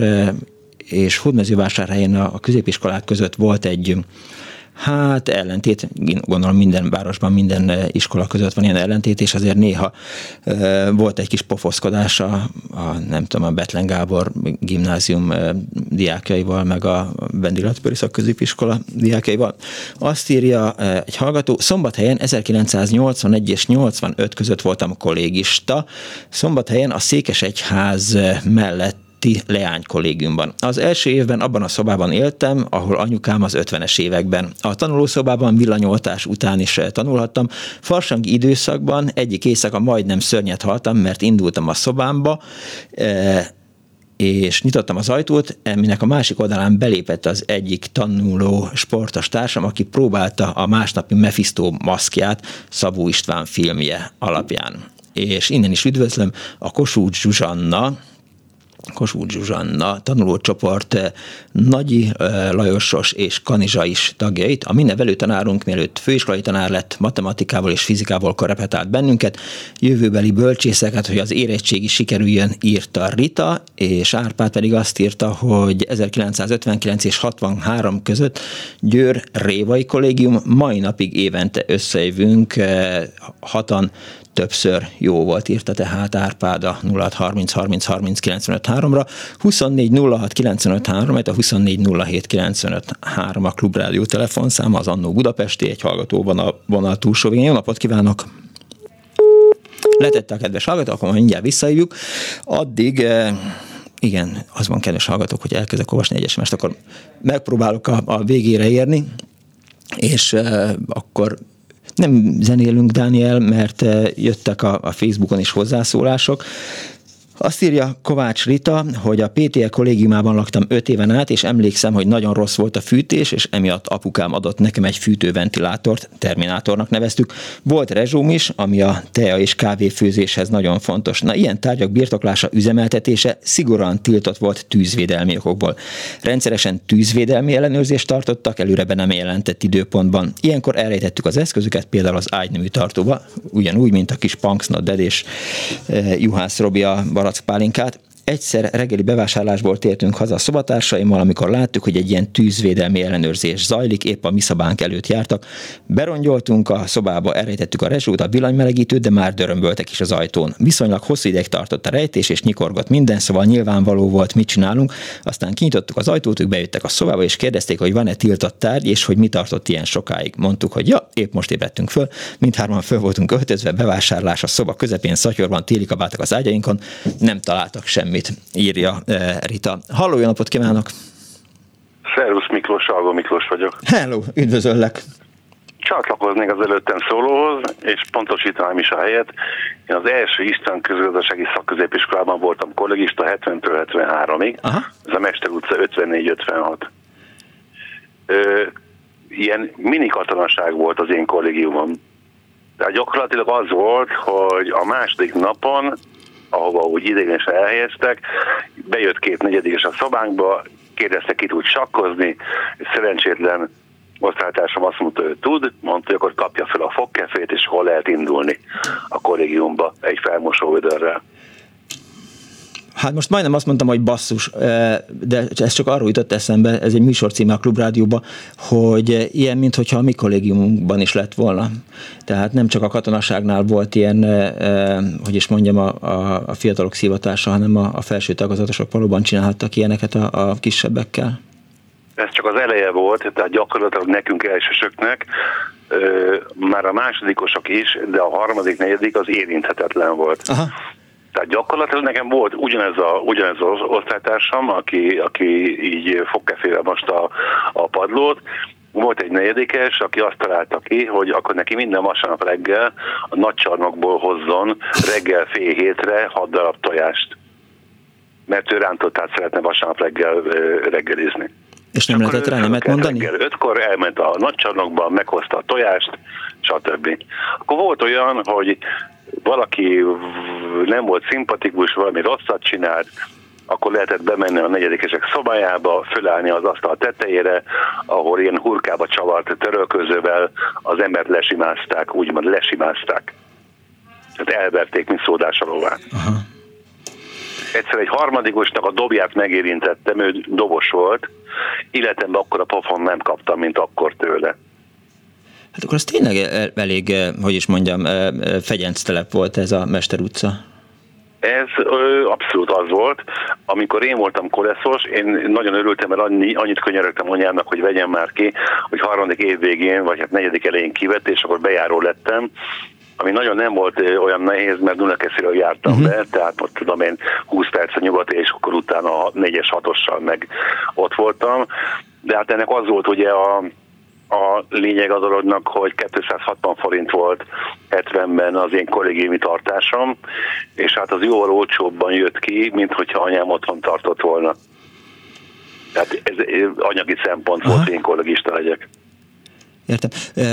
és Hódmezővásárhelyen a középiskolák között volt egy ellentét, gondolom minden városban, minden iskola között van ilyen ellentét, és azért néha volt egy kis pofoszkodás a Bethlen Gábor gimnázium diákjaival, meg a Vendéglátóipari Szakközépiskola diákjaival. Azt írja egy hallgató, Szombathelyen 1981 és 85 között voltam kollégista. Szombathelyen a Székesegyház mellett Leány kollégiumban. Az első évben abban a szobában éltem, ahol anyukám az 50-es években. A tanulószobában villanyoltás után is tanulhattam. Farsangi időszakban egyik éjszaka majdnem szörnyet haltam, mert indultam a szobámba, és nyitottam az ajtót, aminek a másik oldalán belépett az egyik tanuló sportos társam, aki próbálta a másnapi Mephisto maszkját Szabó István filmje alapján. És innen is üdvözlöm a Kossuth Zsuzsanna tanulócsoport Nagyi Lajosos és Kanizsa is tagjait. A mi nevelőtanárunk, mielőtt főiskolai tanár lett, matematikával és fizikából korepetált bennünket, jövőbeli bölcsészeket, hogy az érettségi sikerüljön, írta Rita, és Árpád pedig azt írta, hogy 1959 és 63 között Győr Révai Kollégium, mai napig évente összejövünk, hatan, többször jó volt, írta tehát Árpád a 0630 30 30 95-3-ra, 24 06 95-3, mert a 24 07 95-3 a Klubrádió telefonszáma, az Annó Budapesti, egy hallgató van a vonal túlsó végén. Jó napot kívánok! Letette a kedves hallgató, akkor mindjárt visszahívjuk. Addig, igen, az van, kedves hallgatók, hogy elkezdek olvasni egy SMS-t, akkor megpróbálok a végére érni, és akkor nem zenélünk, Dániel, mert jöttek a Facebookon is hozzászólások. Azt írja Kovács Rita, hogy a PTE kollégiumában laktam 5 éven át, és emlékszem, hogy nagyon rossz volt a fűtés, és emiatt apukám adott nekem egy fűtőventilátort, terminátornak neveztük. Volt rezsóm is, ami a tea és kávéfőzéshez nagyon fontos. Na, ilyen tárgyak birtoklása, üzemeltetése szigorúan tiltott volt tűzvédelmi okokból. Rendszeresen tűzvédelmi ellenőrzést tartottak, előre be nem jelentett időpontban. Ilyenkor elrejtettük az eszközöket, például az ágynemű tartóba, ugyanúgy, mint a kis Punksnod Ded és Juhász Robi a barackpálinkát. Egyszer reggeli bevásárlásból tértünk haza a szobatársaimmal, amikor láttuk, hogy egy ilyen tűzvédelmi ellenőrzés zajlik, épp a mi szobánk előtt jártak. Berongyoltunk a szobába, elrejtettük a rezsót, a villanymelegítőt, de már dörömböltek is az ajtón. Viszonylag hosszú ideig tartott a rejtés, és nyikorgott minden, szóval nyilvánvaló volt, mit csinálunk. Aztán kinyitottuk az ajtót, ők bejöttek a szobába, és kérdezték, hogy van-e tiltott tárgy, és hogy mi tartott ilyen sokáig. Mondtuk, hogy ja, épp most ébredtünk föl, mindhárman föl voltunk öltözve, bevásárlás a szoba közepén, szatyorban, téli kabátok az ágyainkon, nem találtak semmit, írja Rita. Halló, jó napot kívánok! Szervusz Miklós, Salgó Miklós vagyok. Hello, üdvözöllek! Csatlakoznék az előttem szólóhoz, és pontosítanám is a helyet. Én az első István közgazdasági szakközépiskolában voltam kollégista 70-től 73-ig. Aha. Ez a Mester utca 54-56. Ilyen mini katonaság volt az én kollégiumom. Tehát gyakorlatilag az volt, hogy a második napon, ahova úgy ideiglenesen elhelyeztek, bejött 2 negyedikes a szobánkba, kérdezte, ki tud sakkozni, szerencsétlen osztálytársam azt mondta, hogy tud, mondta, hogy akkor kapja fel a fogkefét, és hol lehet indulni a kollégiumba egy felmosóvödörrel. Hát most majdnem azt mondtam, hogy basszus, de ez csak arról jutott eszembe, ez egy műsorcíme a Klubrádióban, hogy ilyen, minthogyha a mi kollégiumunkban is lett volna. Tehát nem csak a katonaságnál volt ilyen, hogy is mondjam, a fiatalok szívatása, hanem a felső tagozatosok valóban csinálhattak ilyeneket a kisebbekkel. Ez csak az eleje volt, tehát gyakorlatilag nekünk elsősöknek, már a másodikosok is, de a harmadik, negyedik az érinthetetlen volt. Aha. Tehát gyakorlatilag nekem volt ugyanez az osztálytársam, aki így fogkefével most a padlót. Volt egy negyedikes, aki azt találta ki, hogy akkor neki minden vasárnap reggel a Nagycsarnokból hozzon reggel 6:30 6 darab tojást. Mert ő rántottát szeretne vasárnap reggel reggelizni. És nem lehetett rá nemet mondani? Reggel 5-kor elment a Nagycsarnokba, meghozta a tojást, stb. Akkor volt olyan, hogy valaki nem volt szimpatikus, valami rosszat csinált, akkor lehetett bemenni a negyedikesek szobájába, fölállni az asztal tetejére, ahol ilyen hurkába csavart törölközővel az embert lesimázták, úgymond lesimázták. Tehát elverték, mint szódásalóvá. Egyszer egy harmadikosnak a dobját megérintettem, ő dobos volt, életemben akkor a pofon nem kaptam, mint akkor tőle. Hát akkor az tényleg elég, hogy is mondjam, fegyenctelep volt ez a Mester utca. Ez abszolút az volt. Amikor én voltam koleszos, én nagyon örültem, mert annyit könyörögtem anyámnak, hogy vegyem már ki, hogy 3. év végén, vagy hát 4. elején kivett, és akkor bejáró lettem. ami nagyon nem volt olyan nehéz, mert Dunakesziről jártam be, tehát ott tudom én 20 perc a nyugati, és akkor utána a 4-es 6-ossal meg ott voltam. De hát ennek az volt ugye a lényeg a dolognak, hogy 260 forint volt 70-ben az én kollégiumi tartásom, és hát az jóval olcsóbban jött ki, mint hogyha anyám otthon tartott volna. Tehát ez anyagi szempont volt, hogy én kollégista legyek. Értem.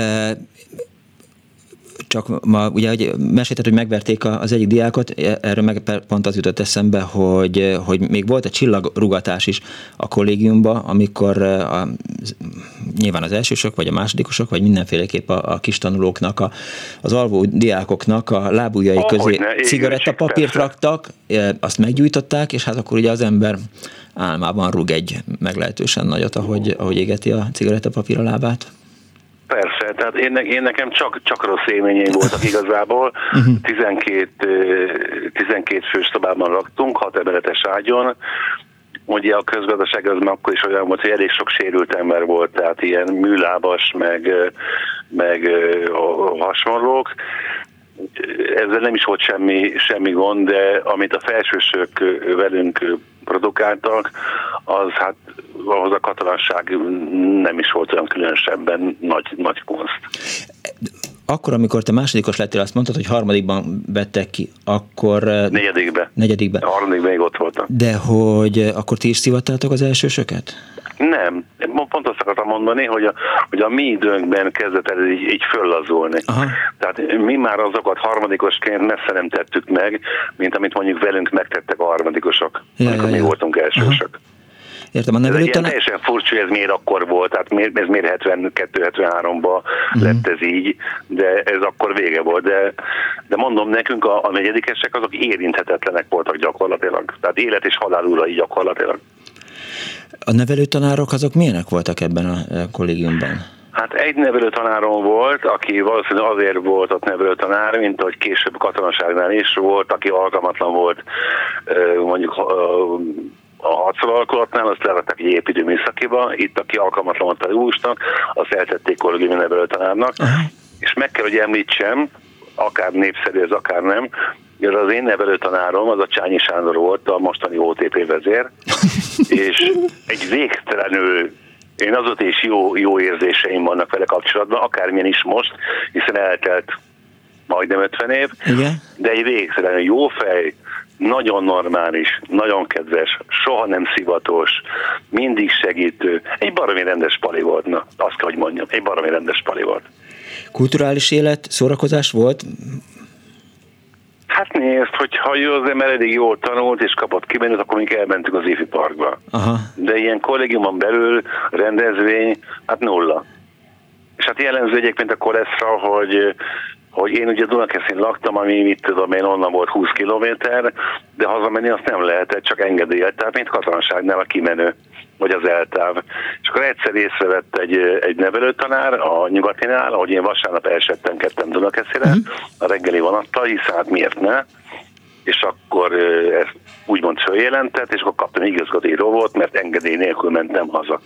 Csak ma ugye mesélted, hogy megverték az egyik diákot, erről meg pont az jutott eszembe, hogy még volt egy csillagrugatás is a kollégiumban, amikor nyilván az elsősök, vagy a másodikosok, vagy mindenféleképp a kis tanulóknak, az alvó diákoknak a lábujjai közé cigarettapapírt raktak, azt meggyújtották, és hát akkor ugye az ember álmában rúg egy meglehetősen nagyot, ahogy égeti a cigarettapapír a lábát. Persze, tehát én nekem csak rossz élményeim voltak igazából. 12 fős szobában laktunk, 6 emeletes ágyon. Ugye a közgazdaság az akkor is olyan volt, hogy elég sok sérült ember volt, tehát ilyen műlábas, meg hasonlók. Ezzel nem is volt semmi gond, de amit a felsősök velünk produkáltak, az hát ahhoz a katonasság nem is volt olyan különösebben nagy kunst. Akkor, amikor te másodikos lettél, azt mondtad, hogy harmadikban vettek ki, akkor... Negyedikbe. A harmadikban még ott voltam. De hogy akkor ti is szivattátok az elsősöket? Nem. Pont azt akartam mondani, hogy a mi időnkben kezdett el így föllazulni. Aha. Tehát mi már azokat harmadikosként messze nem tettük meg, mint amit mondjuk velünk megtettek a harmadikosok, amikor mi voltunk elsősök. Aha. Értem, ez egy teljesen furcsa, ez miért akkor volt, tehát ez miért 72-73-ban lett ez így, de ez akkor vége volt. De mondom, nekünk a negyedikesek azok érinthetetlenek voltak gyakorlatilag. Tehát élet és halál urai gyakorlatilag. A nevelőtanárok azok milyenek voltak ebben a kollégiumban? Hát egy nevelőtanárom volt, aki valószínűleg azért volt ott nevelőtanár, mint hogy később katonaságnál is volt, aki alkalmatlan volt mondjuk a harcolóalkolatnál, azt lerakták egy építő műszakiba, itt aki alkalmatlan volt a jósnak, azt eltették kollégiumi nevelőtanárnak, és meg kell, hogy említsem, akár népszerű ez, akár nem, hogy az én nevelőtanárom, az a Csányi Sándor volt, a mostani OTP vezér, és egy végtelenül, én azóta is jó érzéseim vannak vele kapcsolatban, akármilyen is most, hiszen eltelt majdnem 50 év, igen? De egy végtelenül jó fej, nagyon normális, nagyon kedves, soha nem szivatos, mindig segítő, egy baromi rendes pali volt, na, azt kell, hogy mondjam, egy baromi rendes pali volt. Kulturális élet, szórakozás volt? Hát nézd, hogyha az ember eddig jól tanult és kapott kimenőt, akkor még elmentünk az Ifi Parkba. Aha. De ilyen kollégiumon belül rendezvény, hát nulla. És hát jellemző egyébként a kolesztra, hogy én ugye Dunakeszin laktam, ami mit tudom én, onnan volt 20 kilométer, de hazamenni azt nem lehetett, csak engedélyelt, tehát mint katonaságnál a kimenő, vagy az eltáv. És akkor egyszer észrevett egy nevelőtanár a Nyugatinál, ahogy én vasárnap elsettenkedtem Dunakeszire, a reggeli vonattal, hiszen hát miért ne? És akkor ezt úgymond följelentett, és akkor kaptam igazgató volt, mert engedély nélkül mentem haza.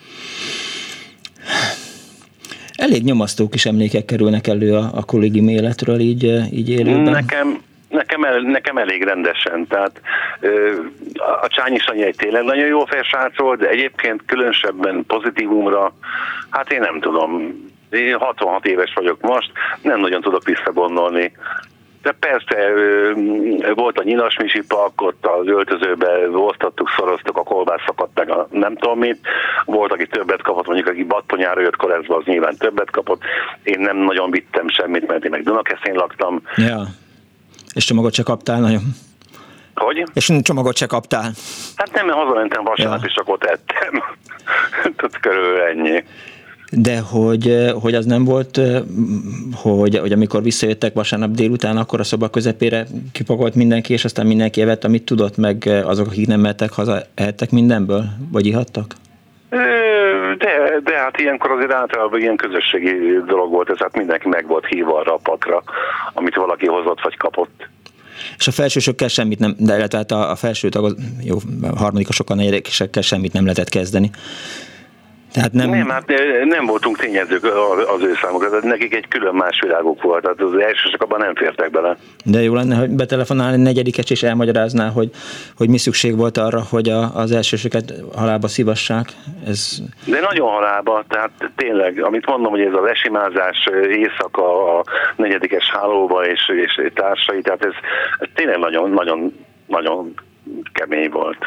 Elég nyomasztó kis emlékek kerülnek elő a kollégium életről így élőben. Nekem elég rendesen, tehát a Csányi Sanyi egy tényleg nagyon jó fejsrác volt, de egyébként különösebben pozitívumra, hát én nem tudom, én 66 éves vagyok most, nem nagyon tudok visszagondolni. De persze volt a nyilas misipak, ott az öltözőben osztottuk, szoroztuk a kolbászokat, meg a nem tudom mit. Volt, aki többet kapott, mondjuk aki Battonyára jött koleszba, az nyilván többet kapott. Én nem nagyon vittem semmit, mert én meg Dunakeszin laktam. Ja. És csomagot se kaptál nagyon? Hogy? És csomagot se kaptál? Hát nem, mert hazamentem vasárnap, és akkor ettem. Tehát körülbelül ennyi. De hogy az nem volt, hogy amikor visszajöttek vasárnap délután, akkor a szoba közepére kipakolt mindenki, és aztán mindenki evett, amit tudott, meg azok, akik nem mehettek haza, ehettek mindenből? Vagy ihattak? De hát ilyenkor azért általában ilyen közösségi dolog volt, ez hát mindenki meg volt hívva arra a patra, amit valaki hozott vagy kapott. És a felsősökkel semmit nem, de illetve hát a felső tagok, jó, a harmadikosokkal, negyedikesekkel semmit nem lehetett kezdeni. Tehát nem voltunk tényezők az ő számukra, nekik egy külön más világuk volt, tehát az elsősök abban nem fértek bele. De jó lenne, hogy betelefonálni negyediket és elmagyarázná, hogy mi szükség volt arra, hogy az elsősöket halálba szívassák. De nagyon halálba, tehát tényleg, amit mondom, hogy ez a lesimázás éjszaka a negyedikes hálóba és társai, tehát ez tényleg nagyon, nagyon, nagyon kemény volt.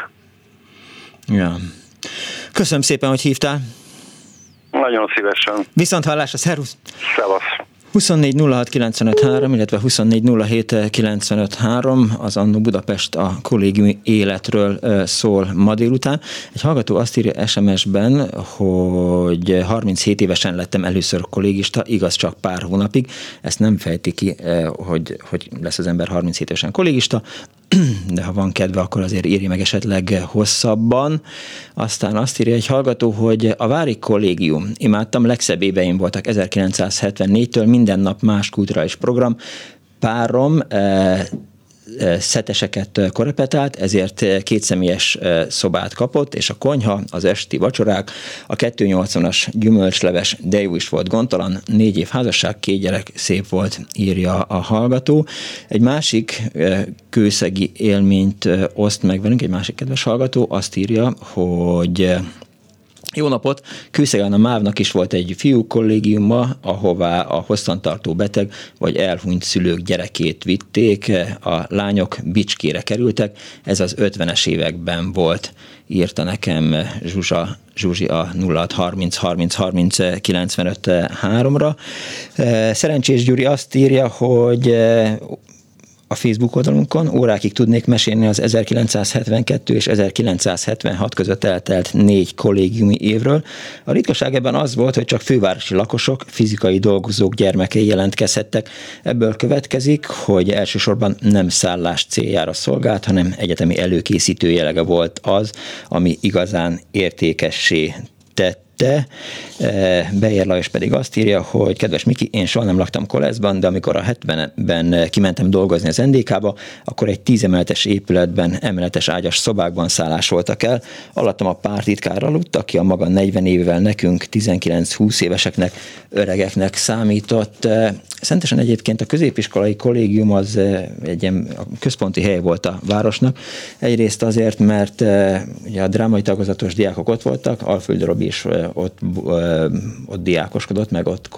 Ja. Köszönöm szépen, hogy hívtál. Nagyon szívesen. Viszont hallásra, szervusz! Szevasz! 24 06 95 3, illetve 24 07 95 3, az Annó Budapest a kollégiumi életről szól ma délután. Egy hallgató azt írja SMS-ben, hogy 37 évesen lettem először kollégista, igaz csak pár hónapig. Ezt nem fejti ki, hogy lesz az ember 37 évesen kollégista, de ha van kedve, akkor azért írja meg esetleg hosszabban. Aztán azt írja egy hallgató, hogy a Vári Kollégium, imádtam, legszebb éveim voltak 1974-től, minden nap más kulturális program, párom szeteseket korepetált, ezért kétszemélyes szobát kapott, és a konyha, az esti vacsorák, a 280-as gyümölcsleves, de jó is volt gondtalan, 4 év házasság, 2 gyerek, szép volt, írja a hallgató. Egy másik kőszegi élményt oszt meg velünk, egy másik kedves hallgató, azt írja, hogy jó napot! Kőszegen a MÁV-nak is volt egy fiú kollégiuma, ahová a hosszantartó beteg vagy elhunyt szülők gyerekét vitték, a lányok Bicskére kerültek, ez az 50-es években volt, írta nekem Zsuzsi a 0630 30 30 95 3-ra. Szerencsés Gyuri azt írja, hogy a Facebook oldalunkon órákig tudnék mesélni az 1972 és 1976 között eltelt 4 kollégiumi évről. A ritkaság ebben az volt, hogy csak fővárosi lakosok, fizikai dolgozók gyermekei jelentkezhettek. Ebből következik, hogy elsősorban nem szállás céljára szolgált, hanem egyetemi előkészítő jellege volt az, ami igazán értékessé tett. Beyer Lajos pedig azt írja, hogy kedves Miki, én soha nem laktam Koleszban, de amikor a 70-ben kimentem dolgozni az NDK-ba, akkor egy 10 emeletes épületben emeletes ágyas szobákban szállásoltak el. Alattam a pártitkár aludt, aki a maga 40 évével nekünk 19-20 éveseknek, öregeknek számított. Szentesen egyébként a középiskolai kollégium az egy ilyen központi hely volt a városnak. Egyrészt azért, mert ugye a drámai tagozatos diákok ott voltak, Alföldi Robi is ott diákoskodott, meg ott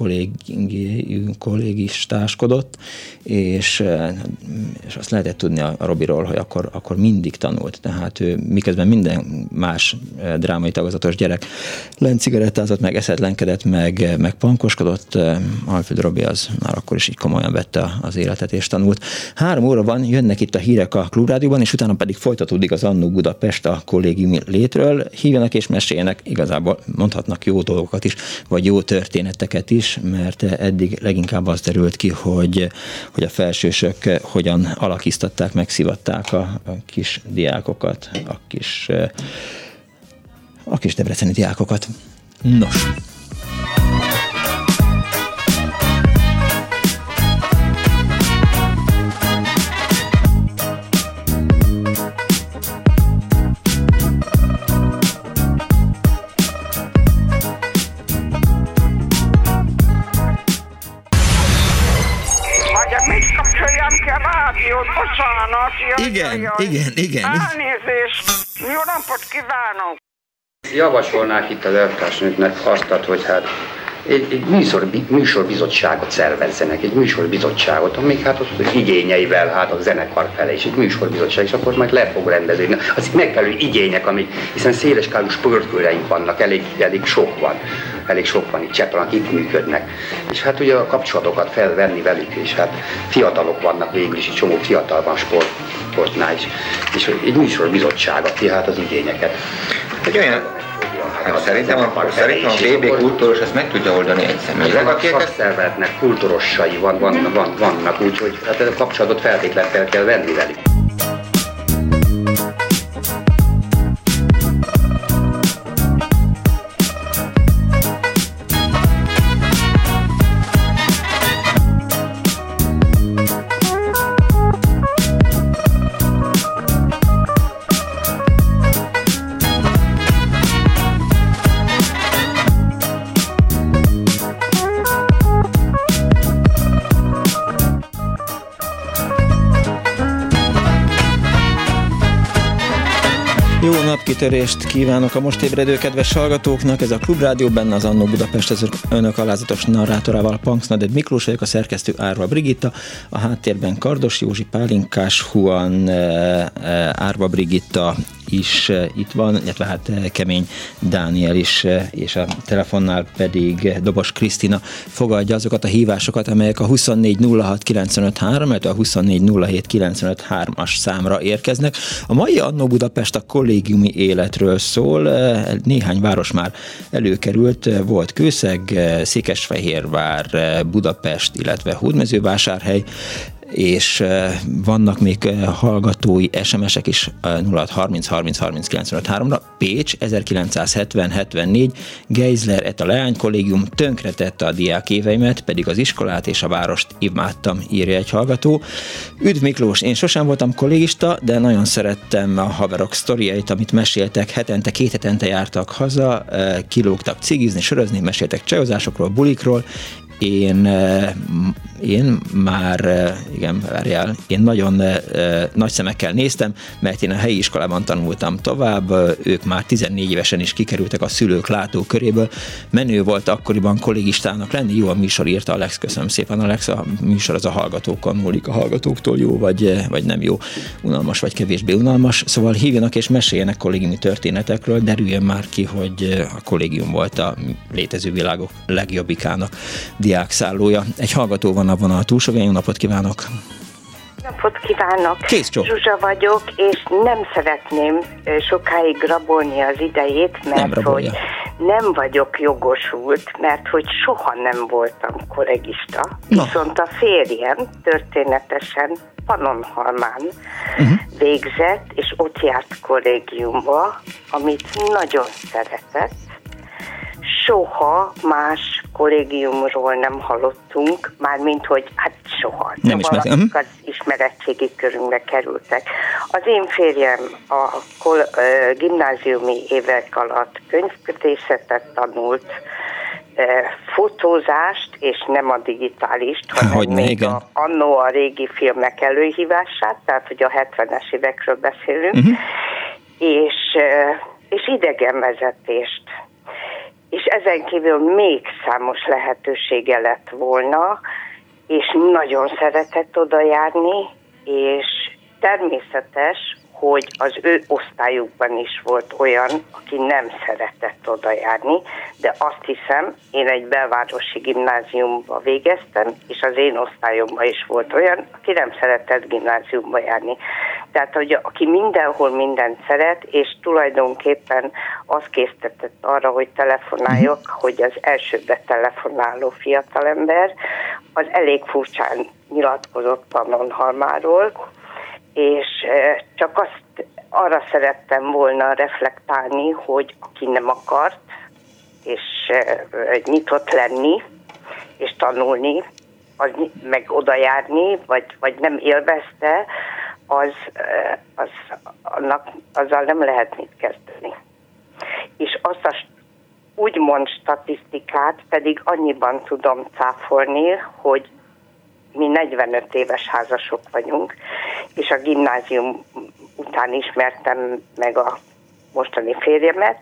kollégistáskodott, és azt lehetett tudni a Robiról, hogy akkor mindig tanult. Tehát ő miközben minden más drámai tagozatos gyerek lencigarettázott, meg eszetlenkedett, meg pankoskodott, Alföldi Robi az már akkor is így komolyan vette az életet és tanult. 3 óra van, jönnek itt a hírek a Klubrádióban, és utána pedig folytatódik az Annó Budapest a kollégiumi létről. Hívjanak és meséljenek, igazából mondhatnak jó dolgokat is, vagy jó történeteket is, mert eddig leginkább az derült ki, hogy a felsősök hogyan alakíztatták, megszivatták a kis diákokat, a kis debreceni diákokat. Nos. Igen. Elnézést! Jó napot kívánok! Javasolnák itt az elvtársnőknek azt, hogy hát egy műsorbizottságot szervezzenek, egy műsorbizottságot, amik hát az igényeivel, hát a zenekar fele is, egy műsorbizottság, és akkor majd le fog rendezni. Az megfelelő igények, hiszen széleskálú sportkőreink vannak, elég sok van itt Cseppelen, akik működnek. És hát ugye a kapcsolatokat felvenni velük, és hát fiatalok vannak végül is, egy csomó fiatal van sportnál is. És egy műsorbizottság adja hát az igényeket. Egy olyan, szerintem a VB kultúros ezt meg tudja oldani egy személy. A szakszervezetnek kultúrossai vannak, úgyhogy hát a kapcsolatot feltétlenül fel kell venni velük. Jó napkitörést kívánok a most ébredő kedves hallgatóknak. Ez a Klubrádió, benne az Annó Budapest, az önök alázatos narrátorával, Punksnoded Miklós vagyok, a szerkesztő Árva Brigitta, a háttérben Kardos Józsi, Pálinkás Huan, Árva Brigitta is itt van, illetve hát Kemény Dániel is, és a telefonnál pedig Dobos Krisztina fogadja azokat a hívásokat, amelyek a 24 06 95 3, illetve a 24 07 95 3-as számra érkeznek. A mai Annó Budapest a kollégiumi életről szól, néhány város már előkerült, volt Kőszeg, Székesfehérvár, Budapest, illetve Hódmezővásárhely, és vannak még hallgatói SMS-ek is 0630 30 30 95 3-ra. Pécs 1970-74, Geisler et a leánykollégium tönkretette a diák éveimet, pedig az iskolát és a várost imádtam, írja egy hallgató. Üdv Miklós, én sosem voltam kollégista, de nagyon szerettem a haverok sztoriait, amit meséltek, két hetente jártak haza, kilógtak cigizni, sörözni, meséltek csajozásokról, bulikról. Én már, igen, várjál, én nagyon nagy szemekkel néztem, mert én a helyi iskolában tanultam tovább, ők már 14 évesen is kikerültek a szülők látóköréből. Menő volt akkoriban kollégistának lenni, jó a műsor, írta Alex, köszönöm szépen Alex, a műsor az a hallgatókon múlik, a hallgatóktól jó vagy nem jó, unalmas vagy kevésbé unalmas, szóval hívjanak és meséljenek kollégiumi történetekről, derüljön már ki, hogy a kollégium volt a létező világok legjobbikának diákszállója. Egy hallgató van a vonal túlsóvén, jó napot kívánok! Napot kívánok! Készcsók! Zsuzsa vagyok, és nem szeretném sokáig rabolni az idejét, mert hogy nem vagyok jogosult, mert hogy soha nem voltam kollegista. Viszont a férjem történetesen Pannonhalmán végzett, és ott járt kollégiumba, amit nagyon szeretett. Soha más kollégiumról nem hallottunk, mármint, hogy hát soha. Nem szóval az ismeretségi körünkbe kerültek. Az én férjem a gimnáziumi évek alatt könyvkötészetet tanult, fotózást, és nem a digitálist, hanem még annó a régi filmek előhívását, tehát hogy a 70-es évekről beszélünk, és idegenvezetést. És ezen kívül még számos lehetősége lett volna, és nagyon szeretett oda járni, és természetes, hogy az ő osztályukban is volt olyan, aki nem szeretett oda járni, de azt hiszem, én egy belvárosi gimnáziumba végeztem, és az én osztályomban is volt olyan, aki nem szeretett gimnáziumba járni. Tehát, hogy aki mindenhol mindent szeret, és tulajdonképpen azt késztetett arra, hogy telefonáljak, hogy az első betelefonáló fiatalember, az elég furcsán nyilatkozott Pannonhalmáról, és csak arra szerettem volna reflektálni, hogy aki nem akart, és nyitott lenni, és tanulni, meg odajárni, vagy nem élvezte, azzal nem lehet mit kezdeni. És azt a úgymond statisztikát pedig annyiban tudom cáfolni, hogy mi 45 éves házasok vagyunk, és a gimnázium után ismertem meg a mostani férjemet,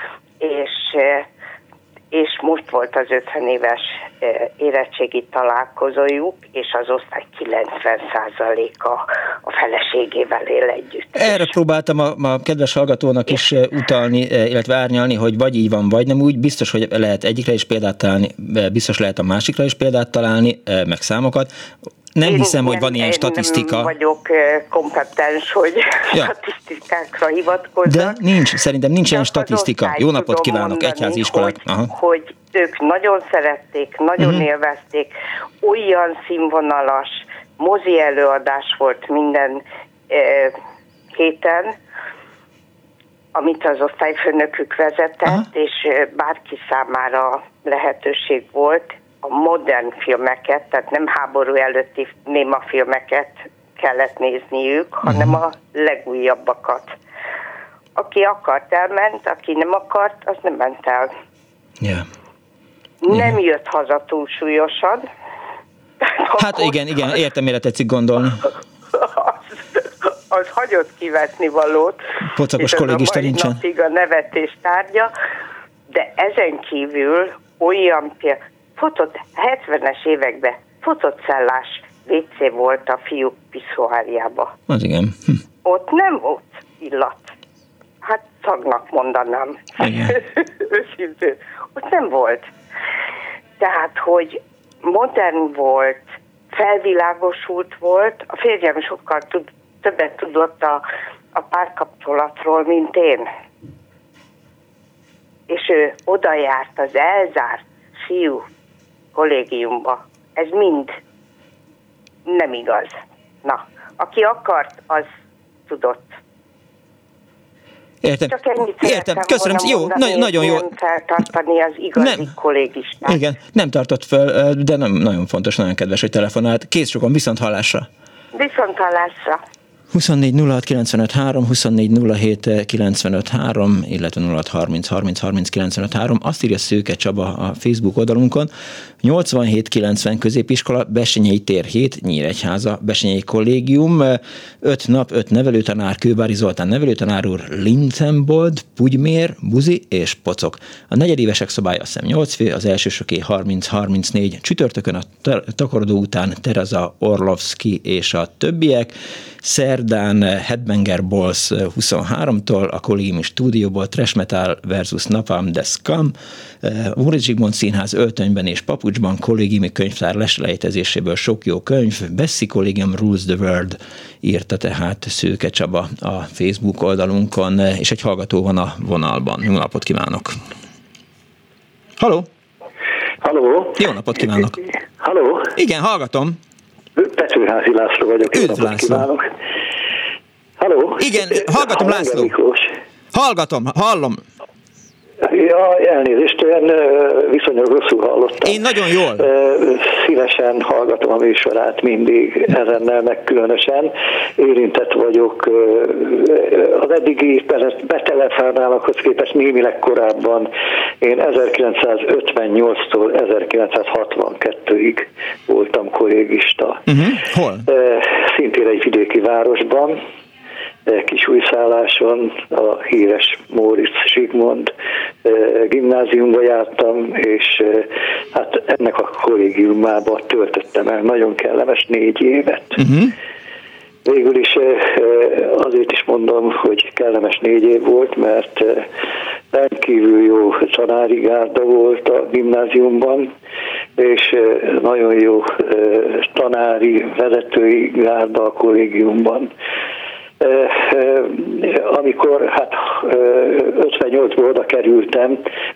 és most volt az 50 éves érettségi találkozójuk, és az osztály 90%-a a feleségével él együtt. Erre próbáltam a kedves hallgatónak is utalni, illetve árnyalni, hogy vagy így van, vagy nem úgy. Biztos, hogy lehet egyikre is példát találni, biztos lehet a másikra is példát találni, meg számokat. Nem hiszem, hogy van ilyen statisztika. Nem vagyok kompetens, hogy statisztikákra hivatkozzak. De szerintem nincs ilyen statisztika. Jó napot kívánok, egyházi iskolák. Hogy ők nagyon szerették, nagyon élvezték, olyan színvonalas mozi előadás volt minden héten, amit az osztályfőnökük vezetett, és bárki számára lehetőség volt a modern filmeket, tehát nem háború előtti némafilmeket kellett nézniük, hanem a legújabbakat. Aki akart, elment, aki nem akart, az nem ment el. Yeah. Nem jött haza túlsúlyosan. Hát igen, értem, mire tetszik gondolni. Az hagyott kivetni valót. Pocakos kollégista nincsen. Napig a nevetés tárgya, de ezen kívül olyan 70-es években fotocellás WC volt a fiúk piszoárjába. Az igen. Ott nem volt illat. Hát szagnak mondanám. Őszintén. Ott nem volt. Tehát, hogy modern volt, felvilágosult volt, a férjem sokkal többet tudott a párkapcsolatról, mint én. És ő oda járt az elzárt fiú kollégiumba. Ez mind nem igaz. Na, aki akart, az tudott. Értem. Csak ennyit Értem. Köszönöm. Jó, nagyon jó. Nem feltartani az igazi kollégistát. Igen, nem tartott fel, de nem, nagyon fontos, nagyon kedves, hogy telefonált. Készsokon, viszont hallásra. Viszont hallásra. 24 06 95 3, 24 07 95 3, illetve 06 30 30 30 95 3. Azt írja Szőke Csaba a Facebook oldalunkon. 87-90 középiskola, Bessenyei tér 7, Nyíregyháza, Bessenyei kollégium, 5 nap, 5 nevelőtanár, Kőbári Zoltán nevelőtanár úr, Lincenbold, Pugymér, Buzi és Pocok. A negyedévesek szobája azt hiszem 8 fő, az elsősoké 30-34, csütörtökön a takarodó után Tereza Orlovski és a többiek, szerdán Headbanger Balls 23-tól, a kollégiumi stúdióból Trash Metal versus Napalm The Scum, Móricz Zsigmond Színház öltönyben és papucsban, kollégiumi könyvtár leselejtezéséből sok jó könyv, Bessi Collegium Rules the World, írta tehát Szőke Csaba a Facebook oldalunkon, és egy hallgató van a vonalban. Jó napot kívánok! Halló! Halló! Jó napot kívánok! Halló! Igen, hallgatom! Petőházi László vagyok. Üdv László! Halló! Igen, hallgatom László! Hallgatom, hallom! Ja, elnézést, olyan viszonylag rosszul hallottam. Én nagyon jól. Szívesen hallgatom a műsorát mindig, ezennel meg különösen. Érintett vagyok az eddigi betelefonálakhoz képest némileg korábban. Én 1958-tól 1962-ig voltam kollégista. Hol? Szintén egy vidéki városban. Kisújszálláson a híres Móricz Zsigmond gimnáziumba jártam, és hát ennek a kollégiumába töltöttem el nagyon kellemes 4 évet. Végül is azért is mondom, hogy kellemes 4 év volt, mert rendkívül jó tanári gárda volt a gimnáziumban, és nagyon jó tanári, vezetői gárda a kollégiumban. Amikor 58-ból oda kerültem,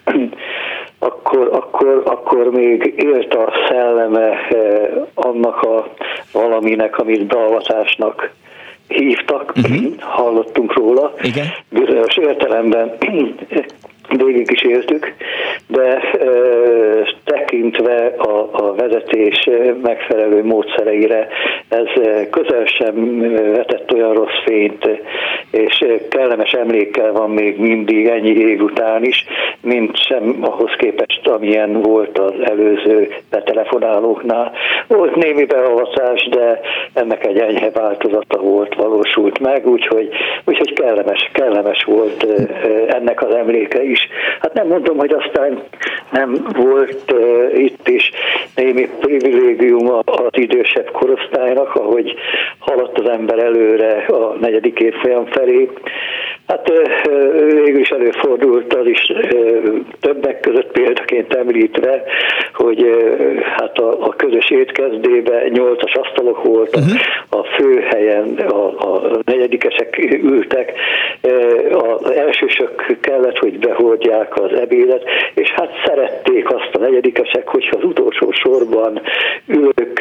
akkor még élt a szelleme annak a valaminek, amit beavatásnak hívtak, hallottunk róla. Igen. Bizonyos értelemben végig is éltük, de tekintve a vezetés megfelelő módszereire ez közel sem vetett olyan rossz fényt, és kellemes emlékkel van még mindig ennyi év után is, mint sem ahhoz képest, amilyen volt az előző betelefonálóknál. Volt némi beavatás, de ennek egy enyhe változata valósult meg, úgyhogy kellemes volt ennek az emléke is. Hát nem mondom, hogy aztán nem volt itt is némi privilégium az idősebb korosztálynak, ahogy haladt az ember előre a 4. évfolyam felé. Hát végül is előfordult az is többek között példaként említve, hogy hát a közös étkezdében 8-as asztalok voltak, a főhelyen a 4-esek ültek, az elsősök kellett, hogy behordják az ebédet, és hát szerették azt a 4-esek, hogyha az utolsó sorban ülők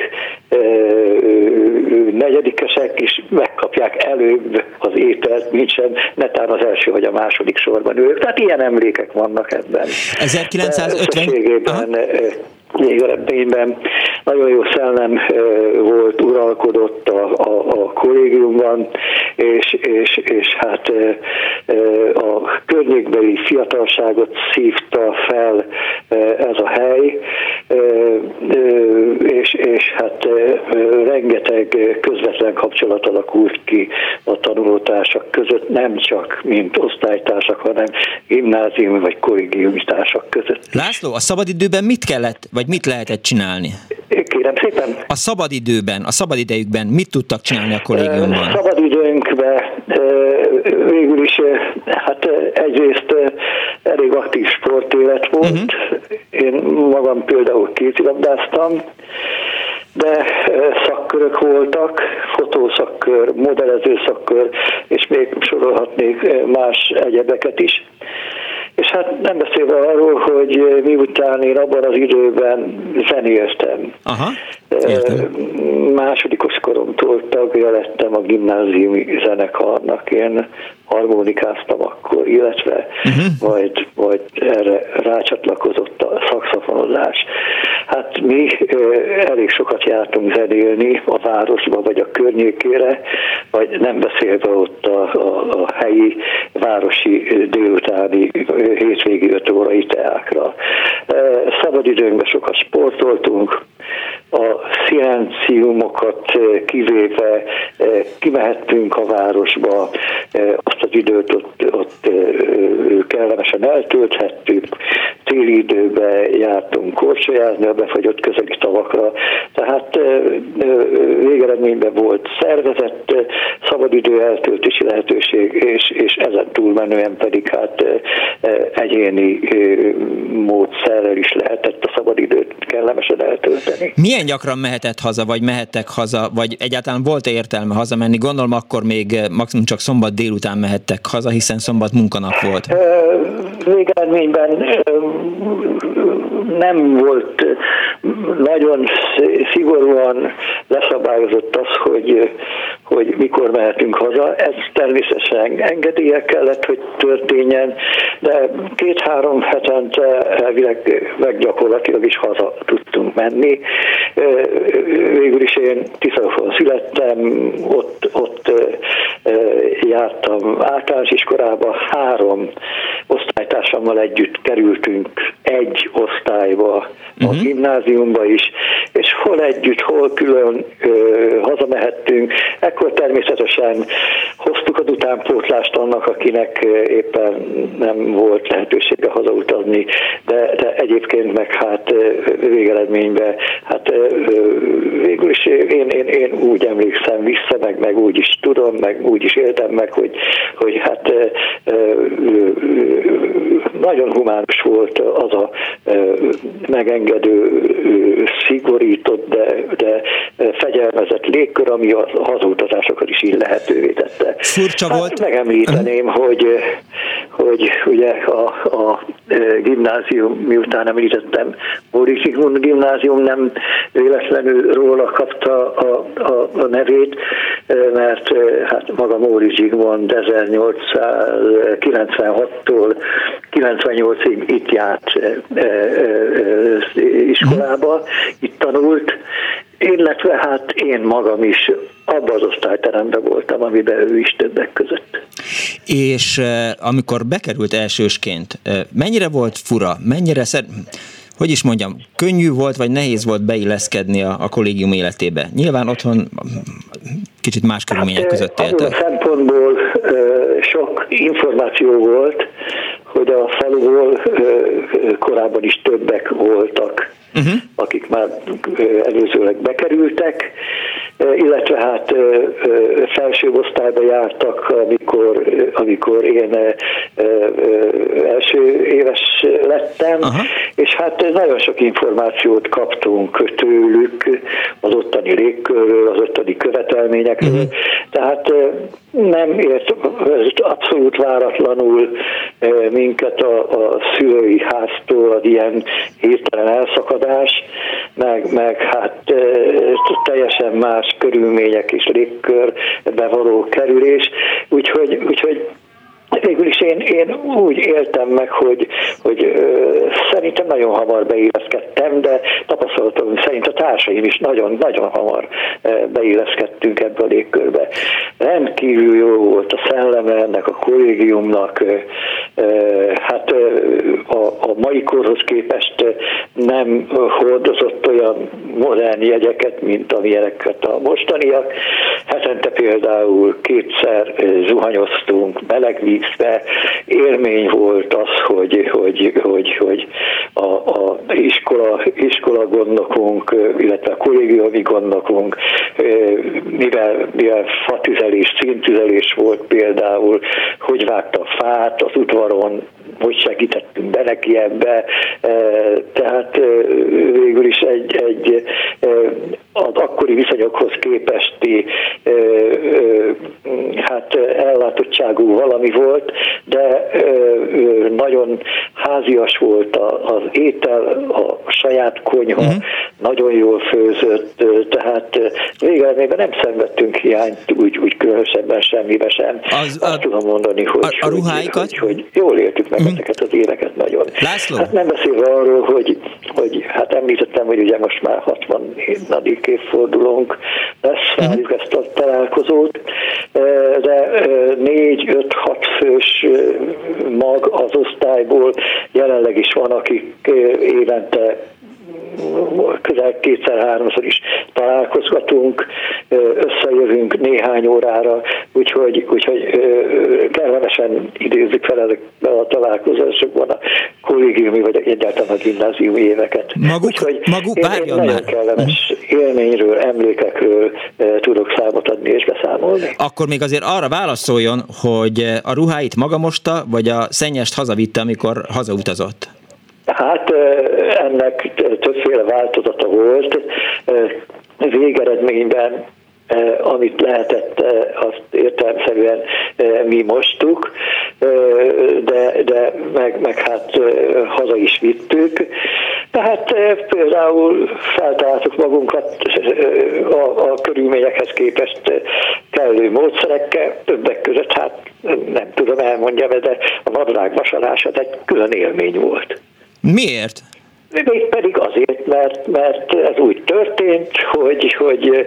4-esek is megkapják előbb az ételt, mint sem netán az első vagy a második sorban ülők. Tehát ilyen emlékek vannak ebben. 1950... Még a eredményben nagyon jó szellem volt, uralkodott a kollégiumban, és hát a környékbeli fiatalságot szívta fel ez a hely. és hát rengeteg közvetlen kapcsolat alakult ki a tanulótársak között, nem csak mint osztálytársak, hanem gimnáziumi vagy kollégiumi társak között. László, a szabadidőben mit kellett, vagy mit lehetett csinálni? Kérem szépen. A szabadidőben, a szabadidejükben mit tudtak csinálni a kollégiumban? Szabadidőnkben végül is hát egyrészt elég aktív sportélet volt. Én magam például kézilabdáztam, de szakkörök voltak, fotószakkör, modellező szakkör, és még sorolhatnék más egyebeket is. És hát nem beszélve arról, hogy miután én abban az időben zenéltem. Aha, másodikos koromtól tagja lettem a gimnáziumi zenekarnak. Én harmonikáztam akkor, illetve majd erre rácsatlakozott a szaxofonozás. Hát mi elég sokat jártunk zenélni a városba vagy a környékére, vagy nem beszélve ott a helyi városi délutáni hétvégi 5 órai teákra. Szabadidőnkben sokat sportoltunk, a szilenciumokat kivéve kimehettünk a városba, azt az időt ott kellemesen eltölthettük, téli időben jártunk korcsolyázni a befagyott közeli tavakra, tehát végeredményben volt szervezett szabadidő eltöltési lehetőség, és ezen túlmenően pedig hát egyéni módszerrel is lehetett a szabadidőt kellemesen eltölteni. Milyen gyakran mehetett haza, vagy mehettek haza, vagy egyáltalán volt-e értelme hazamenni? Gondolom akkor még maximum csak szombat délután mehettek haza, hiszen szombat munkanap volt. Végeredményben nem volt nagyon szigorúan leszabályozott az, hogy mikor mehetünk haza. Ez természetesen engedélye kellett, hogy történjen, de 2-3 hetente elvileg gyakorlatilag is haza tudtunk menni. Végül is én Tiszalfon születtem, ott jártam általános iskolába, 3 osztálytársammal együtt kerültünk egy osztályba, a gimnáziumba is, és hol együtt, hol külön hazamehettünk. Ekkor természetesen hoztuk az utánpótlást annak, akinek éppen nem volt lehetősége hazautazni, de egyébként meg hát végeredményben, hát végül is én úgy emlékszem vissza, meg úgy is tudom, meg úgy is éltem meg, hogy hát nagyon humánus volt az a megengedő, szigorított, de fegyelmezett légkör, ami a hazautazásokat is így lehetővé tette. Furcsa volt. Hát megemlíteném, hogy ugye a gimnázium, miután említettem, Móricz Zsigmond gimnázium nem véletlenül róla kapta a nevét, mert hát maga Móricz Zsigmond 1896-tól 98-ig itt járt iskolába, itt tanult, illetve hát én magam is abban az osztályteremben voltam, amiben ő is többek között. És amikor bekerült elsősként, mennyire volt fura, hogy is mondjam, könnyű volt, vagy nehéz volt beilleszkedni a kollégium életébe? Nyilván otthon kicsit más körülmények között éltek. A szempontból sok információ volt, hogy a faluból korábban is többek voltak, akik már előzőleg bekerültek, illetve hát felső osztályba jártak, amikor én első éves lettem, és hát nagyon sok információt kaptunk tőlük az ottani légkörről, az ottani követelményekről, tehát nem ért abszolút váratlanul minket a szülői háztól az ilyen hirtelen elszakadás, meg hát teljesen más körülmények és légkörbe való kerülés, úgyhogy végül is én úgy éltem meg, hogy szerintem nagyon hamar beilleszkedtem, de tapasztalatom szerint a társaim is nagyon-nagyon hamar beilleszkedtünk ebbe a légkörbe. rendkívül jó volt a szelleme ennek a kollégiumnak, hát a mai korhoz képest nem hordozott olyan modern jegyeket, mint amilyeneket a mostaniak. Hetente például 2-szer zuhanyoztunk meleg vízbe, élmény volt az, hogy a iskola gondnokunk, illetve a kollégiumi gondnokunk, mivel fatüzelés, színtüzelés volt például, hogy vágta a fát az udvaron, hogy segítettünk be neki ebbe, tehát végül is egy az akkori viszonyokhoz képesti hát ellátottságú valami volt, de nagyon házias volt az étel, a saját konyha, nagyon jól főzött, tehát végeredményben nem szenvedtünk hiányt úgy különösebben semmibe sem. Azt tudom mondani, hogy jól éltük meg ezeket az éveket nagyon. László? Hát nem beszélve arról, hogy hát említettem, hogy ugye most már 60. évfordulónk lesz, várjuk ezt a találkozót, de 4-5-6 fős mag az osztályból jelenleg is van, akik évente közel 2-3-szor is találkozgatunk, összejövünk néhány órára, úgyhogy kellemesen idézzük fel ezekben a találkozásokban a kollégiumi vagy egyáltalán a gimnáziumi éveket. Nagyon kellemes élményről, emlékekről tudok számot adni és beszámolni. Akkor még azért arra válaszoljon, hogy a ruháit maga mosta, vagy a szennyest hazavitte, amikor hazautazott? Hát ennek többféle változata volt. Végeredményben amit lehetett, azt értelemszerűen mi mostuk, de meg hát haza is vittük. Tehát például feltaláltuk magunkat a körülményekhez képest kellő módszerekkel, többek között, hát nem tudom elmondjam, de a nadrág vasalása egy külön élmény volt. Miért? Mégpedig azért, mert ez úgy történt, hogy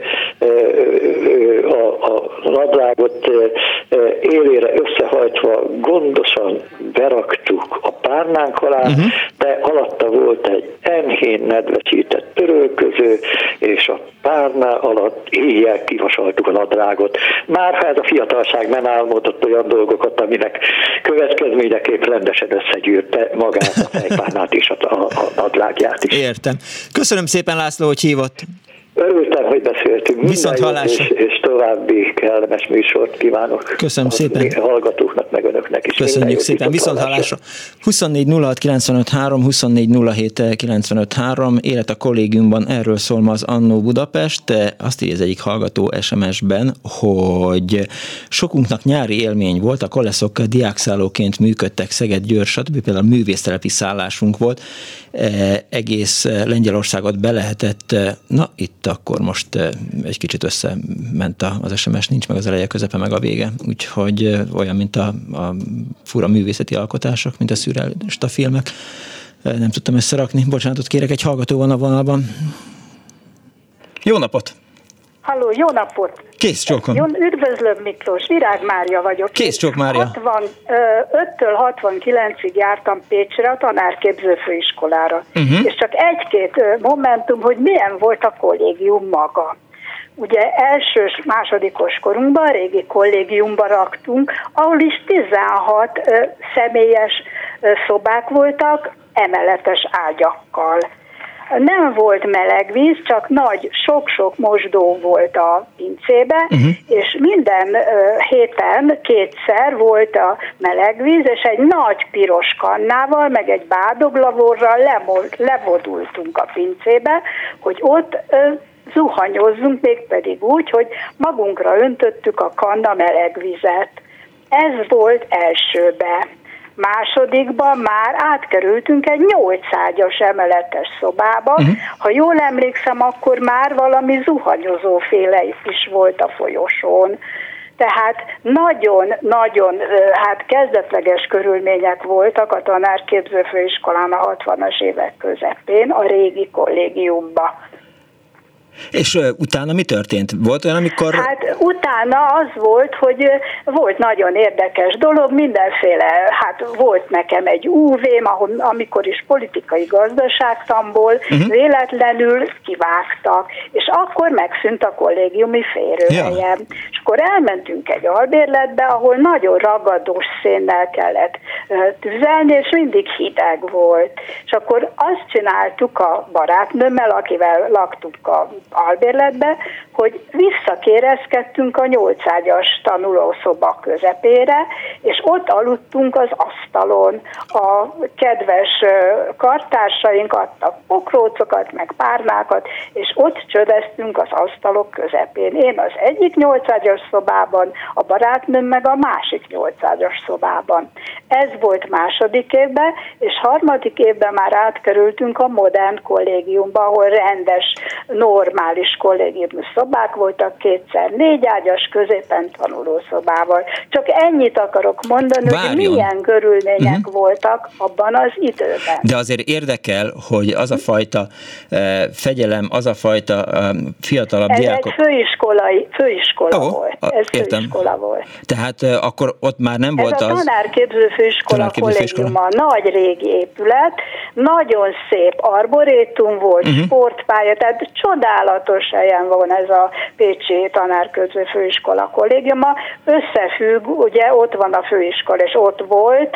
a nadrágot élére összehajtva gondosan beraktuk a párnánk alá, de alatta volt egy enyhén nedvesített törölköző, és a párná alatt éjjel kivasaltuk a nadrágot. Már ha ez a fiatalság nem álmodott olyan dolgokat, aminek következményeképp rendesen összegyűrte magát a fejpárnát és a nadrágját is. Értem. Köszönöm szépen, László, hogy hívott. Örültem, hogy beszéltünk. Viszont hallásra. És további kellemes műsort kívánok. Köszönöm szépen. Hallgatóknak, meg önöknek is. Köszönjük szépen. Viszont hallásra. 24 06 953, 24 07 953. Élet a kollégiumban, erről szól ma az Annó Budapest. Azt írja az egyik hallgató SMS-ben, hogy sokunknak nyári élmény volt, a koleszok diákszállóként működtek Szeged, Győr, stb. Például művésztelepi szállásunk volt. Egész Lengyelországot be lehetett, na itt akkor most egy kicsit összement az SMS, nincs meg az eleje, közepe, meg a vége, úgyhogy olyan, mint a fura művészeti alkotások, mint a szürrealista filmek, nem tudtam összerakni. Bocsánatot kérek, egy hallgató van a vonalban. Jó napot! Halló, jó napot! Kész csókom! Üdvözlöm, Miklós, Virág Mária vagyok. Kész csók, Mária! 5-től 69-ig jártam Pécsre a tanárképző főiskolára. És csak egy-két momentum, hogy milyen volt a kollégium maga. Ugye elsős, másodikos korunkban régi kollégiumba raktunk, ahol is 16 személyes szobák voltak, emeletes ágyakkal. Nem volt meleg víz, csak nagy, sok-sok mosdó volt a pincébe, és minden héten 2-szer volt a meleg víz, és egy nagy piros kannával, meg egy bádoglavorral levodultunk a pincébe, hogy ott zuhanyozzunk, mégpedig úgy, hogy magunkra öntöttük a kanna meleg vizet. Ez volt elsőbe. Másodikban már átkerültünk egy 8 ágyas emeletes szobába. Ha jól emlékszem, akkor már valami zuhanyozóféle is volt a folyosón. Tehát nagyon-nagyon kezdetleges körülmények voltak a tanárképző főiskolán a 60-as évek közepén a régi kollégiumban. És utána mi történt? Volt olyan, amikor... Hát utána az volt, hogy volt nagyon érdekes dolog, mindenféle, hát volt nekem egy UV-m, amikor is politikai gazdaságtanból véletlenül kivágtak, és akkor megszűnt a kollégiumi férőhelyem. És akkor elmentünk egy albérletbe, ahol nagyon ragadós szénnel kellett tüzelni, és mindig hideg volt. És akkor azt csináltuk a barátnőmmel, akivel laktunk az albérletbe, hogy visszakérezkedtünk a 8 ágyas tanulószoba közepére, és ott aludtunk az asztalon. A kedves kartársaink adtak pokrócokat, meg párnákat, és ott csöveztünk az asztalok közepén. Én az egyik 8 ágyas szobában, a barátnőm meg a másik 8 ágyas szobában. Ez volt második évben, és harmadik évben már átkerültünk a modern kollégiumba, ahol rendes, normális kollégiumi szobák voltak, 2x4 ágyas, középen tanulószobával. Csak ennyit akarok mondani, hogy milyen körülmények voltak abban az időben. De azért érdekel, hogy az a fajta fegyelem, az a fajta fiatalabb diákok... Ez egy főiskola volt. Ez főiskola volt. Tehát akkor ott már nem volt az... Ez a tanárképző főiskola kollégiuma, nagy régi épület, nagyon szép arborétum volt, sportpálya, tehát csodálatos helyen van ez a Pécsi tanárképző főiskola kollégiuma. Összefügg, ugye ott van a főiskola, és ott volt,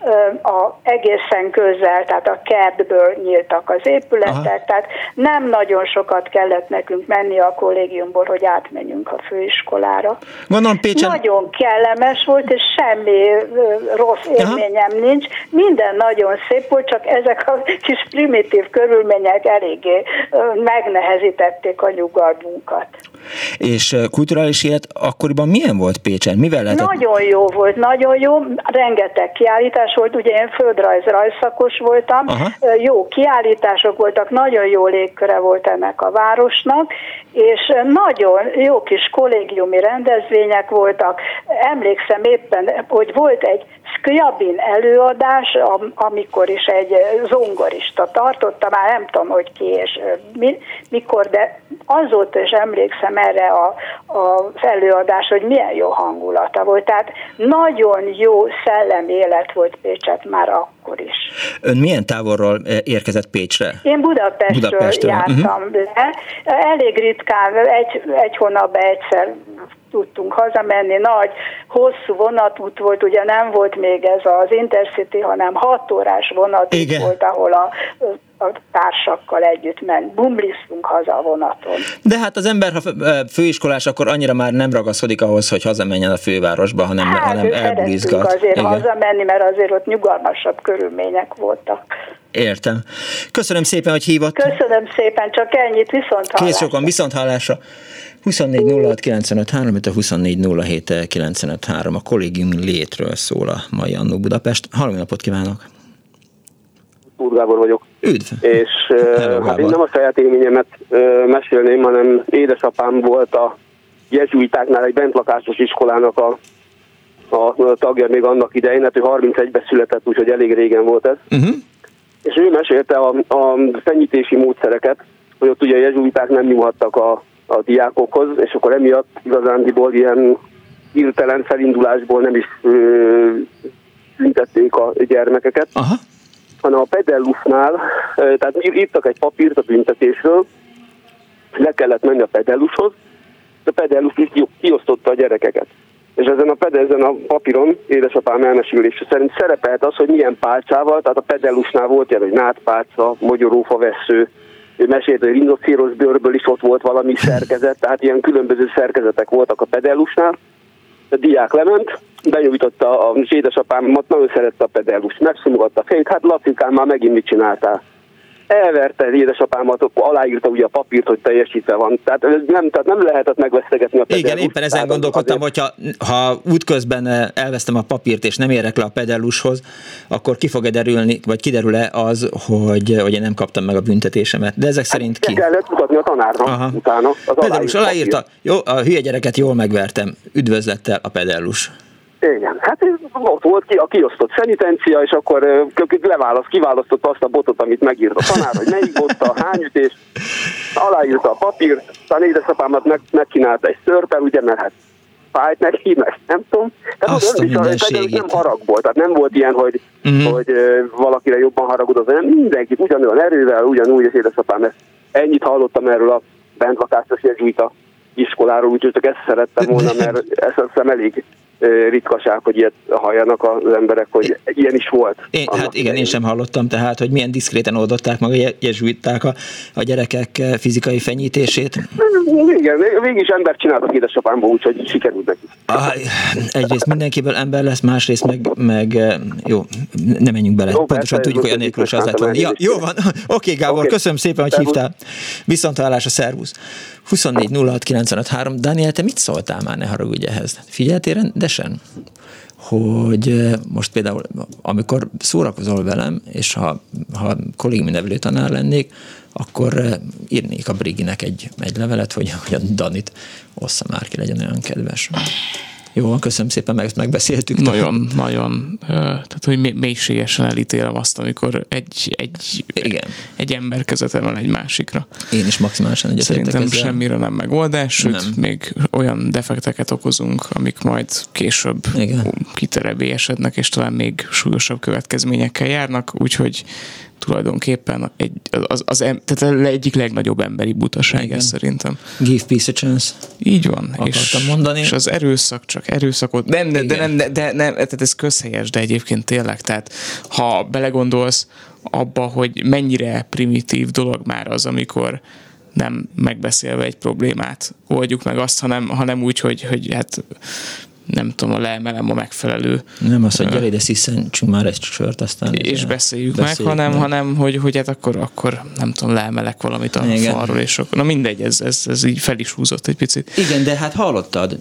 egészen közel, tehát a kertből nyíltak az épületek, tehát nem nagyon sokat kellett nekünk menni a kollégiumból, hogy átmenjünk a főiskolára. Gondolom, Pécsen... Nagyon kellemes volt, és semmi rossz élményem nincs. Minden nagyon szép volt, csak ezek a kis primitív körülmények eléggé megnehezítették a nyugalmunkat. És kulturális élet akkoriban milyen volt Pécsen? Mivel lehetett? Nagyon jó volt, nagyon jó. Rengeteg kiállítás volt, ugye én földrajz-rajzszakos voltam. Jó kiállítások voltak, nagyon jó légköre volt ennek a városnak, és nagyon jó kis kollégiumi rendezvények voltak. Emlékszem éppen, hogy volt egy Scriabin előadás, amikor is egy zongorista tartotta, már nem tudom, hogy ki és mikor, de azóta is emlékszem erre az előadás, hogy milyen jó hangulata volt. Tehát nagyon jó szellemi élet volt Pécset már akkor is. Ön milyen távolról érkezett Pécsre? Én Budapestről jártam le. Elég ritkán, egy hónapban egyszer tudtunk hazamenni, nagy, hosszú vonatút volt, ugye nem volt még ez az Intercity, hanem 6 órás vonatút volt, ahol a társakkal együtt bumlisztunk haza a vonaton. De hát az ember, ha főiskolás, akkor annyira már nem ragaszkodik ahhoz, hogy hazamenjen a fővárosba, hanem elbulizgat. Azért hazamenni, mert azért ott nyugalmasabb körülmények voltak. Értem. Köszönöm szépen, hogy hívott. Köszönöm szépen, csak ennyit, viszonthallásra. Kész sokan, viszonthallásra. 24 06 95 3, a 24 07 95 3. A kollégium létről szól a mai Annó Budapest. Halló, napot kívánok! Tóth Gábor vagyok. Üdv! És hát én nem a saját élményemet mesélném, hanem édesapám volt a jezsuitáknál egy bentlakásos iskolának a tagja még annak idején, hát ő 31-ben született, úgyhogy elég régen volt ez. És ő mesélte a fenyítési módszereket, hogy ott ugye a jezsuiták nem nyúlhattak a diákokhoz, és akkor emiatt igazándiból ilyen hirtelen felindulásból nem is szüntették a gyermekeket, hanem a pedellusnál, tehát írtak egy papírt a büntetésről, le kellett menni a pedellushoz, a pedellus is kiosztotta a gyerekeket. És ezen a papíron édesapám elmesélése szerint szerepelt az, hogy milyen pálcával, tehát a pedellusnál volt ilyen, hogy nádpálca, mogyorófa vessző, ő mesélt, hogy rinocéros bőrből is ott volt valami szerkezet, tehát ilyen különböző szerkezetek voltak a pedellusnál. A diák lement, benyújtotta az édesapámat, nagyon szerette a pedellust, megszomogatta a fejét, hát Lacikám, már megint mit csináltál? Elverte az édesapámat, akkor aláírta ugye a papírt, hogy teljesítve van. Tehát nem lehetett megvesztegetni a pedellust. Igen, éppen ezen gondolkodtam, hogyha útközben elvesztem a papírt, és nem érek le a pedellushoz, akkor ki fog derülni, vagy kiderül-e az, hogy én nem kaptam meg a büntetésemet. De ezek szerint ki? Kellett mutatni a tanárnak utána. Pedellus aláírta, jó, a hülye gyereket jól megvertem, üdvözlettel a pedellus. Igen, hát ott volt a kiosztott szenitencia, és akkor kiválasztotta azt a botot, amit megírt a tanár, hogy melyik botta, hány ütés, aláírta a papírt, aztán édesapámat megcsinálta egy szörppel, ugye, mert hát fájt neki, meg nem tudom. Tehát az nem haragból, tehát nem volt ilyen, hogy valakire jobban haragudott, hanem mindenkit ugyanolyan erővel, ugyanúgy, és édesapám, ennyit hallottam erről a bentlakásos jezsuita iskoláról, úgyhogy csak ezt szerettem volna, mert ezt azt hiszem elég ritkaság, hogy ilyet halljanak az emberek, hogy ilyen is volt. Hát igen, én sem hallottam, tehát, hogy milyen diszkréten oldották meg a jezsuiták a gyerekek fizikai fenyítését. Igen, végig is embert csináltak édesapámból, úgyhogy sikerült neki. Egyrészt mindenkiből ember lesz, másrészt meg jó, nem menjünk bele. Jó, pontosan tudjuk, hogy a nélkül az lett volna. Ja, jó van, oké, Gábor, köszönöm szépen, hogy hívtál. Viszonthallásra, szervusz. 24 06 95 3. Dániel, te mit szóltál már, ne haragudj ehhez? Figyeltél rendesen, hogy most például, amikor szórakozol velem, és ha kollégiumi nevelő tanár lennék, akkor írnék a Briginek egy levelet, hogy a Danit ossza már ki, legyen olyan kedves. Jó, köszönöm szépen, meg ezt megbeszéltük. Nagyon, tehát hogy mélységesen elítélem azt, amikor egy ember kezete van egy másikra. Én is maximálisan egyetértek ezzel. Szerintem semmire nem megoldás, sőt, még olyan defekteket okozunk, amik majd később kiterebélyesednek, és talán még súlyosabb következményekkel járnak, úgyhogy tulajdonképpen tehát egyik legnagyobb emberi butaság ez szerintem. Give peace a chance. Így van. Akartam mondani. És az erőszak csak erőszakot. Nem, tehát ez közhelyes, de egyébként tényleg, tehát ha belegondolsz abba, hogy mennyire primitív dolog már az, amikor nem megbeszélve egy problémát oldjuk meg azt, hanem úgy, hogy hát nem tudom, leemelem a megfelelő. Nem az, hogy gyere ide, sziszentsünk már egy sört, aztán... És beszéljük meg, hanem hogy hát akkor nem tudom, leemelek valamit a falról, és akkor, na mindegy, ez így fel is húzott egy picit. Igen, de hát hallottad,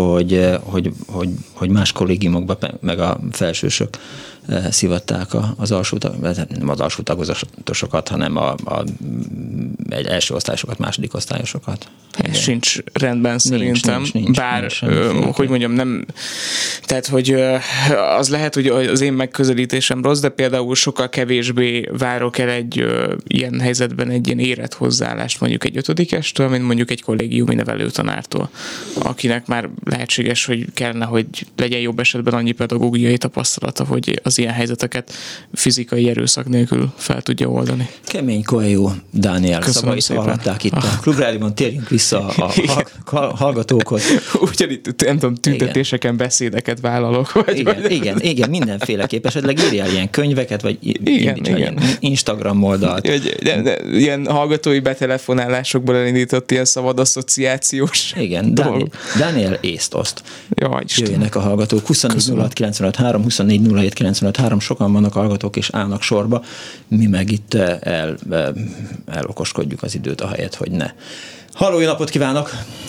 hogy más kollégiumokban, meg a felsősök szivatták az nem az alsó tagozatosokat, hanem egy első osztályosokat, második osztályosokat. Ez sincs rendben szerintem. Bár, hogy mondjam, nem, tehát, hogy az lehet, hogy az én megközelítésem rossz, de például sokkal kevésbé várok el egy ilyen helyzetben egy ilyen érett hozzáállást mondjuk egy ötödikestől, mint mondjuk egy kollégiumi nevelőtanártól, akinek már lehetséges, hogy kellene, hogy legyen jobb esetben annyi pedagógiai tapasztalata, hogy az ilyen helyzeteket fizikai erőszak nélkül fel tudja oldani. Kemény Coelho Dániel szavait hallották itt a Klubrádióban, térjünk vissza a hallgatókhoz. Ugyanitt, nem tudom, tüntetéseken beszédeket vállalok. Igen, mindenféleképp. Esetleg írjál ilyen könyveket, vagy igen. Instagram oldalt. Ilyen hallgatói betelefonálásokból elindított ilyen szabad asszociációs. Igen, Dániel észt oszt. Jöjjenek a hallgatók. 24 06 95 3, 24 07 95 3, sokan vannak hallgatók, és állnak sorba. Mi meg itt elokoskodjuk az időt, ahelyett, hogy ne. Halló, jó napot kívánok!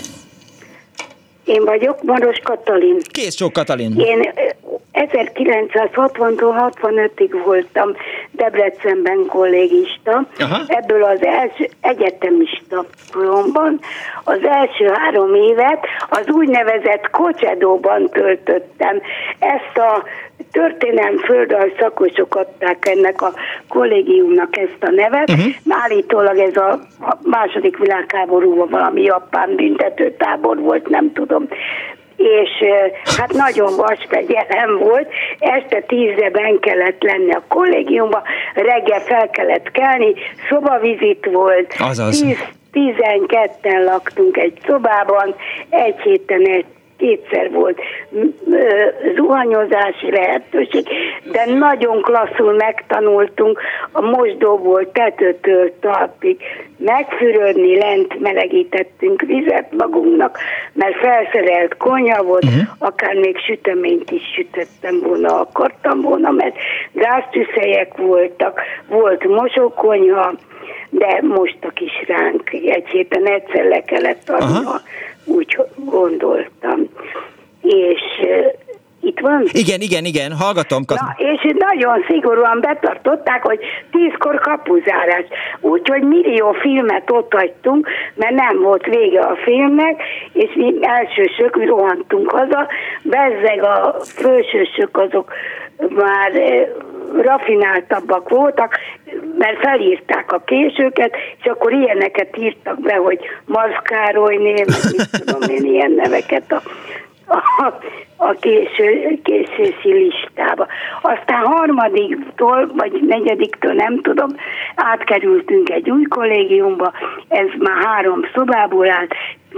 Én vagyok, Maros Katalin. Kész sok, Katalin! Én 1960-tól 65-ig voltam Debrecenben kollégista. Aha. Ebből az első egyetemista koromban az első 3 évet az úgynevezett Kocsedóban töltöttem. Ezt a történelmi földrajz szakosok adták ennek a kollégiumnak ezt a nevet. Állítólag ez a második világháborúban valami japán büntetőtábor volt, nem tudom. És hát nagyon vasfegyelem volt, este 10-ben kellett lenni a kollégiumba, reggel fel kellett kelni, szobavizit volt, 12-en laktunk egy szobában, egy héten kétszer volt zuhanyozási lehetőség, de nagyon klasszul megtanultunk a mosdóból tetőtől talpig megfürödni, lent melegítettünk vizet magunknak, mert felszerelt konyha volt, akár még süteményt is sütöttem volna, akartam volna, mert gáztűzhelyek voltak, volt mosókonyha, de mostak is ránk, egy héten egyszer le kellett adni, úgy gondoltam. És itt van? Igen, hallgatom. Na, és nagyon szigorúan betartották, hogy 10-kor kapuzárás. Úgyhogy millió filmet ott hagytunk, mert nem volt vége a filmnek, és mi elsősök, mi rohantunk haza, bezzeg a fősősök azok már rafináltabbak voltak, mert felírták a későket, és akkor ilyeneket írtak be, hogy Maszkárolyné, meg mit tudom én, ilyen neveket a a késési listába. Aztán harmadiktól, vagy negyediktől, nem tudom, átkerültünk egy új kollégiumba, ez már 3 szobából állt,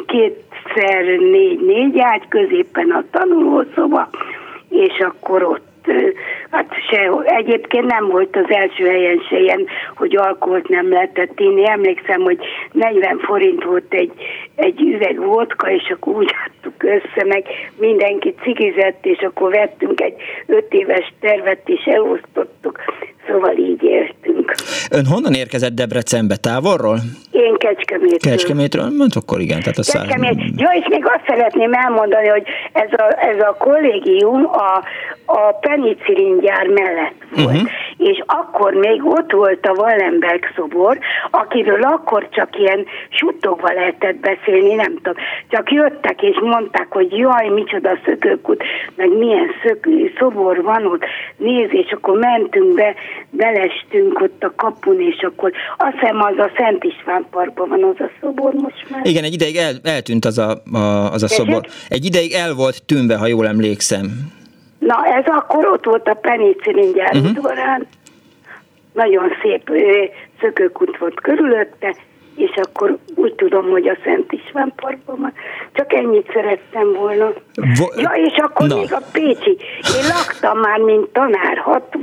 2x4 ágy, középen a tanulószoba, és akkor ott hát egyébként nem volt az első helyen se ilyen, hogy alkoholt nem lehetett inni. Emlékszem, hogy 40 forint volt egy üveg vodka, és akkor úgy adtuk össze, meg mindenki cigizett, és akkor vettünk egy 5 éves tervet, és elosztottuk. Szóval így éltünk. Ön honnan érkezett Debrecenbe? Távolról? Én Kecskemétről. Kecskemétről? Akkor igen. Tehát Ja, és még azt szeretném elmondani, hogy ez a kollégium a penicillin gyár mellett volt. És akkor még ott volt a Wallenberg szobor, akiről akkor csak ilyen suttogva lehetett beszélni, nem tudom. Csak jöttek és mondták, hogy jaj, micsoda szökőkút, meg milyen szobor van ott, nézd, és akkor mentünk be, belestünk ott a kapun, és akkor azt hiszem az a Szent István Parkban van az a szobor most már. Igen, egy ideig eltűnt az a szobor. Egy ideig el volt tűnve, ha jól emlékszem. Na, ez akkor ott volt a penicillin gyár udvarán. Nagyon szép szökőkút volt körülötte, és akkor úgy tudom, hogy a Szent István Parkban van. Csak ennyit szerettem volna. Ja, és akkor még a pécsi. Én laktam már, mint tanár,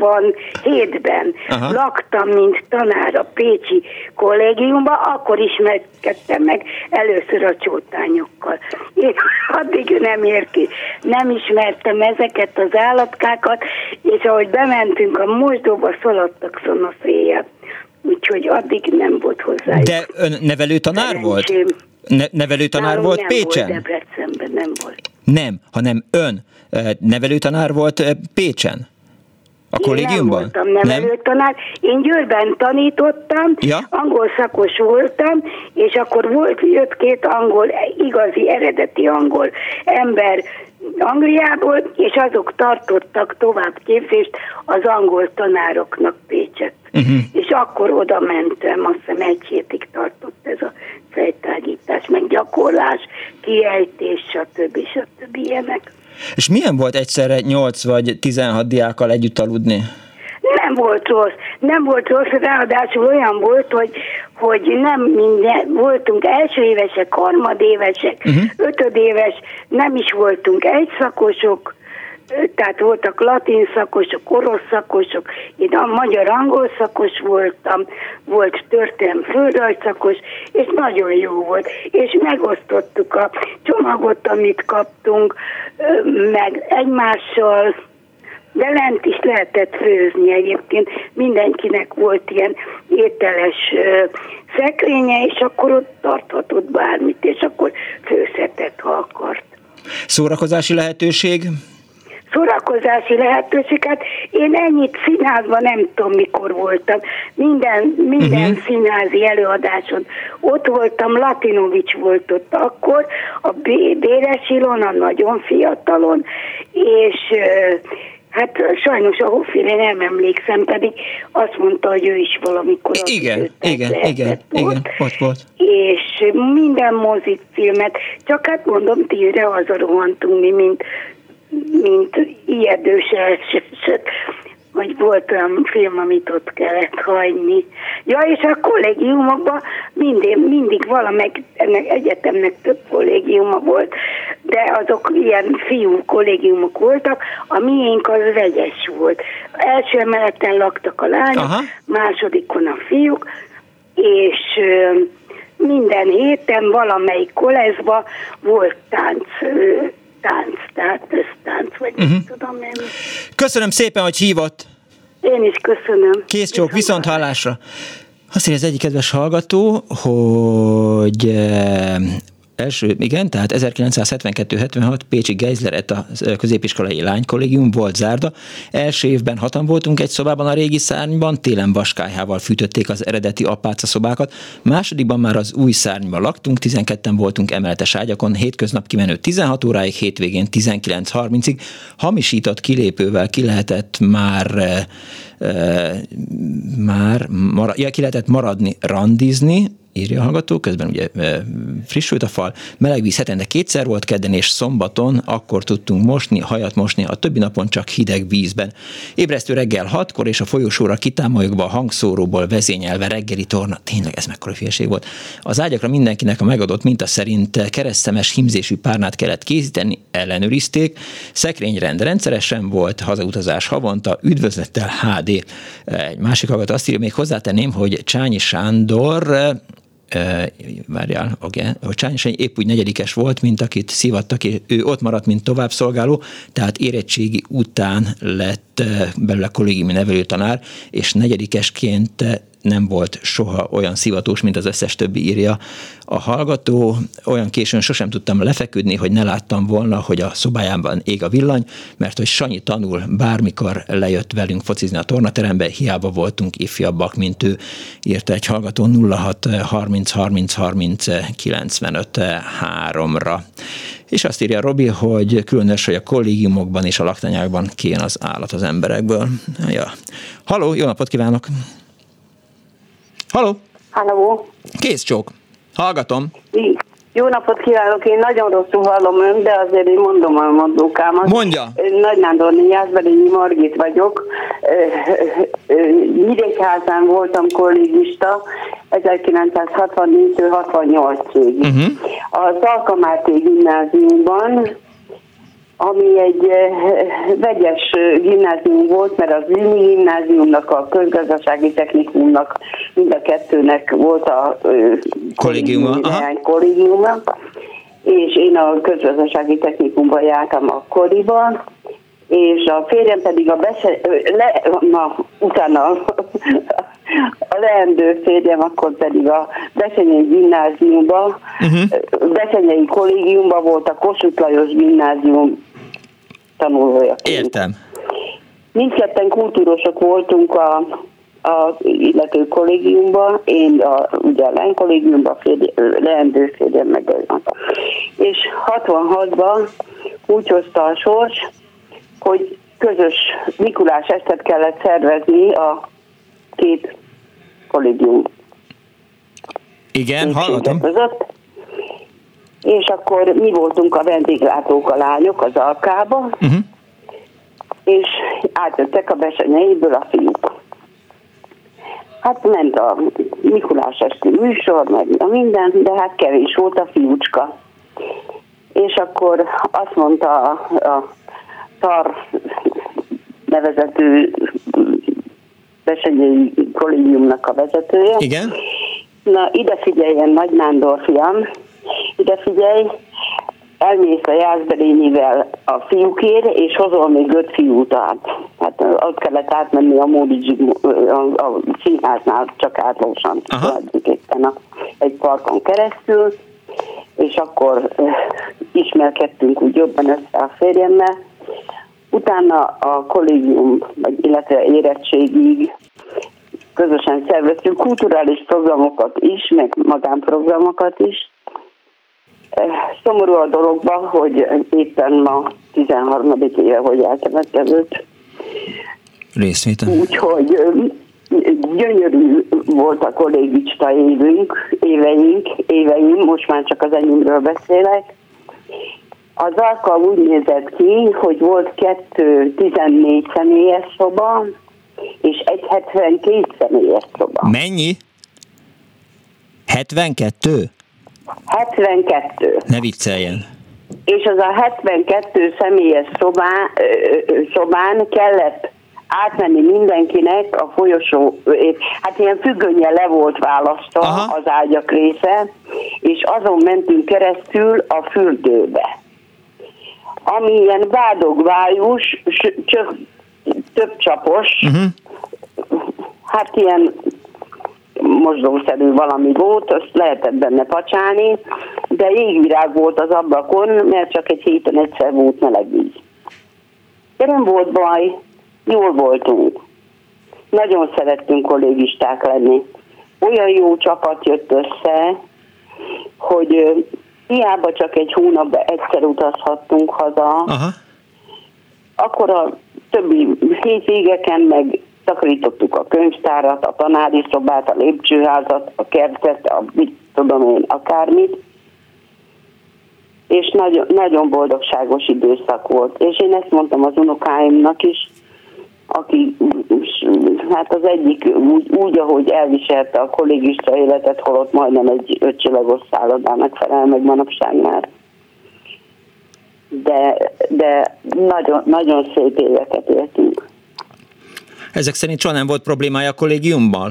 67-ben. Laktam, mint tanár a pécsi kollégiumban, akkor ismerkedtem meg először a csótányokkal. Én addig nem ismertem ezeket az állatkákat, és ahogy bementünk a mosdóba, szaladtak szanaszéjjel. Úgyhogy addig nem volt hozzá. De ön nevelőtanár volt? Nevelőtanár volt nem Pécsen? Nem volt, Debrecenben nem volt. Nem, hanem ön nevelőtanár volt Pécsen? A kollégiumban? Én nem voltam nevelőtanár. Én Győrben tanítottam, angol szakos voltam, és akkor jött 2 angol, igazi, eredeti angol ember Angliából, és azok tartottak továbbképzést az angol tanároknak Pécset. És akkor oda mentem, azt hiszem 1 hétig tartott ez a fejtágítás, meg gyakorlás, kiejtés, stb. Ilyenek. És milyen volt egyszerre 8 vagy 16 diákkal együtt aludni? Nem volt rossz, ráadásul olyan volt, hogy nem minden, voltunk első évesek, harmadévesek, 5 éves, nem is voltunk egyszakosok, tehát voltak latin szakosok, orosz szakosok, én a magyar-angol szakos voltam, volt történelem földrajz szakos, és nagyon jó volt. És megosztottuk a csomagot, amit kaptunk, meg egymással, de lent is lehetett főzni egyébként. Mindenkinek volt ilyen ételes szekrénye, és akkor ott tarthatott bármit, és akkor főzhetett, ha akart. Szórakozási lehetőség? Szórakozási lehetőséget. Én ennyit színházban nem tudom, mikor voltam. Minden színházi előadáson ott voltam, Latinovics volt ott akkor, a Béres Ilona nagyon fiatalon, és hát sajnos a Hoffire nem emlékszem, pedig azt mondta, hogy ő is valamikor igen, ott volt. És minden mozifilmet, csak hát mondom, 10-re haza rohantunk mi, mint ijedős eset, hogy volt olyan film, amit ott kellett hagyni. Ja, és a kollégiumokban mindig valamelyik, ennek egyetemnek több kollégiuma volt, de azok ilyen fiú kollégiumok voltak, a miénk az vegyes volt. Első emeleten laktak a lányok, másodikon a fiúk, és minden héten valamelyik koleszba volt tánc, tehát össztánc, vagy tudom én. Köszönöm szépen, hogy hívott. Én is köszönöm. Kész csók, viszont hallásra. Azt írja az egyik kedves hallgató, hogy tehát 1972-76 Pécsi Geisler a középiskolai lánykollégium volt zárda. Első évben 6-an voltunk egy szobában a régi szárnyban, télen vaskályhával fűtötték az eredeti apáca szobákat. Másodikban már az új szárnyban laktunk, 12-en voltunk emeletes ágyakon, hétköznap kimenő 16 óráig, hétvégén 19:30-ig. Hamisított kilépővel ki lehetett ki lehetett maradni randizni, írja a hallgató, közben ugye frissült a fal, meleg víz hetente 2-szer volt, kedden és szombaton, akkor tudtunk mosni, hajat mosni, a többi napon csak hideg vízben. Ébresztő reggel 6-kor, és a folyosóra kitámolyogva a hangszóróból vezényelve reggeli torna. Tényleg ez mekkora hülyeség volt. Az ágyakra mindenkinek a megadott minta szerint keresztszemes hímzésű párnát kellett készíteni, ellenőrizték, szekrényrend rendszeresen volt, hazautazás havonta, üdvözlettel HD. Egy másik hallgató azt írja, még hozzátenném, hogy Csányi Sándor hogy Csányi Sándor épp úgy 4-es volt, mint akit szivattak, és ő ott maradt, mint továbbszolgáló, tehát érettségi után lett belőle kollégiumi nevelőtanár, és 4-esként nem volt soha olyan szivatós, mint az összes többi, írja a hallgató. Olyan későn sosem tudtam lefeküdni, hogy ne láttam volna, hogy a szobájában ég a villany, mert hogy Sanyi tanul, bármikor lejött velünk focizni a tornaterembe, hiába voltunk ifjabbak, mint ő, írta egy hallgató 06 30 30 30 95 3-ra. És azt írja Robi, hogy különös, hogy a kollégiumokban és a laktanyákban kijön az állat az emberekből. Ja. Halló, jó napot kívánok! Halló! Halló! Kézcsók! Hallgatom! Jó napot kívánok! Én nagyon rosszul hallom ön, de azért én mondom a mondókámat. Mondja! Nagy Nándorné Jászberényi Margit vagyok. Nyíregyházán voltam kollégista 1964-től 68-ig. Az Alka Máté gimnáziumban, ami egy vegyes gimnázium volt, mert az Ülmi gimnáziumnak, a közgazdasági technikumnak, mind a kettőnek volt a kollégiuma, és én a közgazdasági technikumban jártam akkoriban, és a férjem pedig utána a leendő férjem akkor pedig a Bessenyei gimnáziumban, Bessenyei kollégiumban volt a Kossuth Lajos gimnázium tanulójaként. Értem. Mindketten kultúrosok voltunk a illető kollégiumban, én ugye a lány kollégiumban, leendő férjem meg olyan. És 66-ban úgy hozta a sors, hogy közös Mikulás estet kellett szervezni a két kollégium. Igen, hallgatom. Között. És akkor mi voltunk a vendéglátók, a lányok az Alkába, és átjöttek a Bessenyeiből a fiúk. Hát ment a Mikulás esti műsor, meg minden, de hát kevés volt a fiúcska. És akkor azt mondta a TAR nevezetű Bessenyei kollégiumnak a vezetője. Igen. Na, ide figyeljen, Nagy Nándor fiam, ide figyelj, elmész a Jászberényivel a fiúkért, és hozol még 5 fiút át. Hát ott kellett átmenni a a színháznál, csak átlósan éppen egy parkon keresztül, és akkor ismerkedtünk úgy jobban össze a férjemmel. Utána a kollégium, illetve érettségig közösen szerveztünk kulturális programokat is, meg magánprogramokat is. Szomorú a dologban, hogy éppen ma 13. éve, hogy eltemetkezett. Részvétel. Úgyhogy gyönyörű volt a kollégista éveim, most már csak az enyémről beszélek. Az Alka úgy nézett ki, hogy volt 2 14 személyes szoba, és egy 72 személyes szoba. Mennyi? 72? 72. Ne vicceljen. És az a 72 személyes szobán kellett átmenni mindenkinek a folyosó, hát ilyen függönnyel le volt választva az ágyak része, és azon mentünk keresztül a fürdőbe. Ami ilyen vádogvájus, több csapos, hát ilyen mosdószerű valami volt, azt lehetett benne pacsálni, de jégvirág volt az ablakon, mert csak egy héten egyszer volt meleg víz. De nem volt baj, jól voltunk. Nagyon szerettünk kollégisták lenni. Olyan jó csapat jött össze, hogy hiába csak egy hónapban egyszer utazhattunk haza, akkor a többi hétvégeken meg takarítottuk a könyvtárat, a tanári szobát, a lépcsőházat, a kertet, mit tudom én, akármit, és nagyon, nagyon boldogságos időszak volt. És én ezt mondtam az unokáimnak is, aki hát az egyik úgy ahogy elviselte a kollégista életet, holott majdnem egy 5 csillagos szállodának felel meg manapság már. De nagyon, nagyon szép éveket éltünk. Ezek szerint soha nem volt problémája a kollégiummal?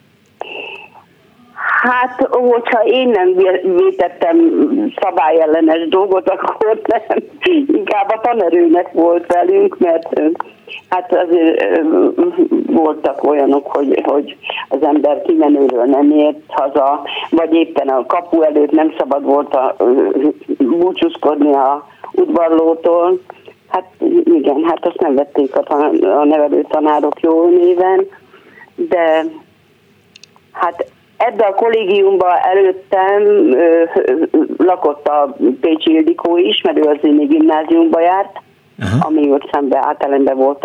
Hát, hogyha én nem vétettem szabályellenes dolgot, akkor nem. Inkább a tanerőnek volt velünk, mert hát azért voltak olyanok, hogy az ember kimenőről nem ért haza, vagy éppen a kapu előtt nem szabad volt búcsúzkodni a udvarlótól. Hát igen, hát azt nem vették a nevelő tanárok jó néven, de hát ebbe a kollégiumban előttem lakott a Pécsi Ildikó is, mert ő az én gimnáziumba járt, ami ott szemben általában volt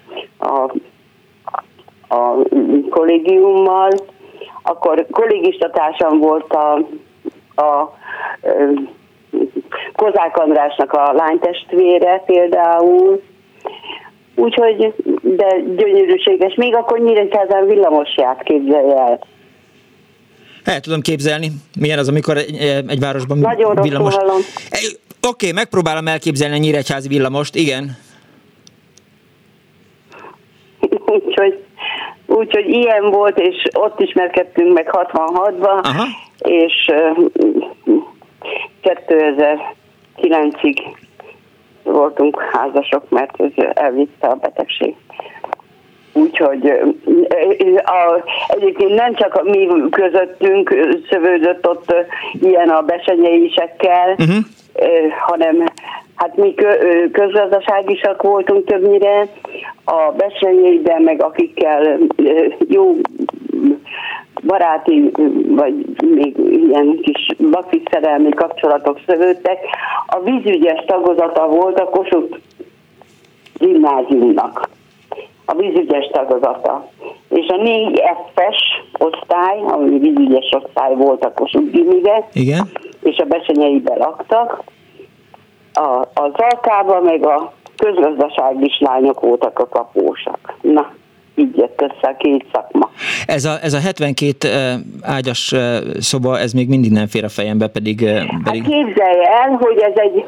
a kollégiummal. Akkor kollégistatársam volt a Kozák Andrásnak a lánytestvére például, úgyhogy, de gyönyörűséges. Még akkor Nyíregyházán villamos járt, képzelj el. El tudom képzelni, milyen az, amikor egy városban nagyon villamos. Nagyon rosszul hallom. Oké, megpróbálom elképzelni a nyíregyházi villamost, igen. Úgyhogy ilyen volt, és ott ismerkedtünk meg 66-ban, és 2009-ig voltunk házasok, mert ez elvitte a betegség. Úgyhogy egyébként nem csak mi közöttünk szövődött ott ilyen a besenyeisekkel, hanem hát mi közgazdaságisak voltunk többnyire, a besenyeiben, meg akikkel jó baráti, vagy még ilyen kis bakis szerelmi kapcsolatok szövődtek. A vízügyes tagozata volt a Kossuth gimnáziumnak. A vízügyes tagozata. És a 4F-es osztály, ami vízügyes osztály volt a Kossuth gimibe, és a besenyeibe laktak, az Alkában meg a közgazdasági lányok voltak a kapósak. Na, így jött össze a két szakma. Ez a 72 ágyas szoba, ez még mindig nem fér a fejembe, pedig... Hát képzelj el, hogy ez egy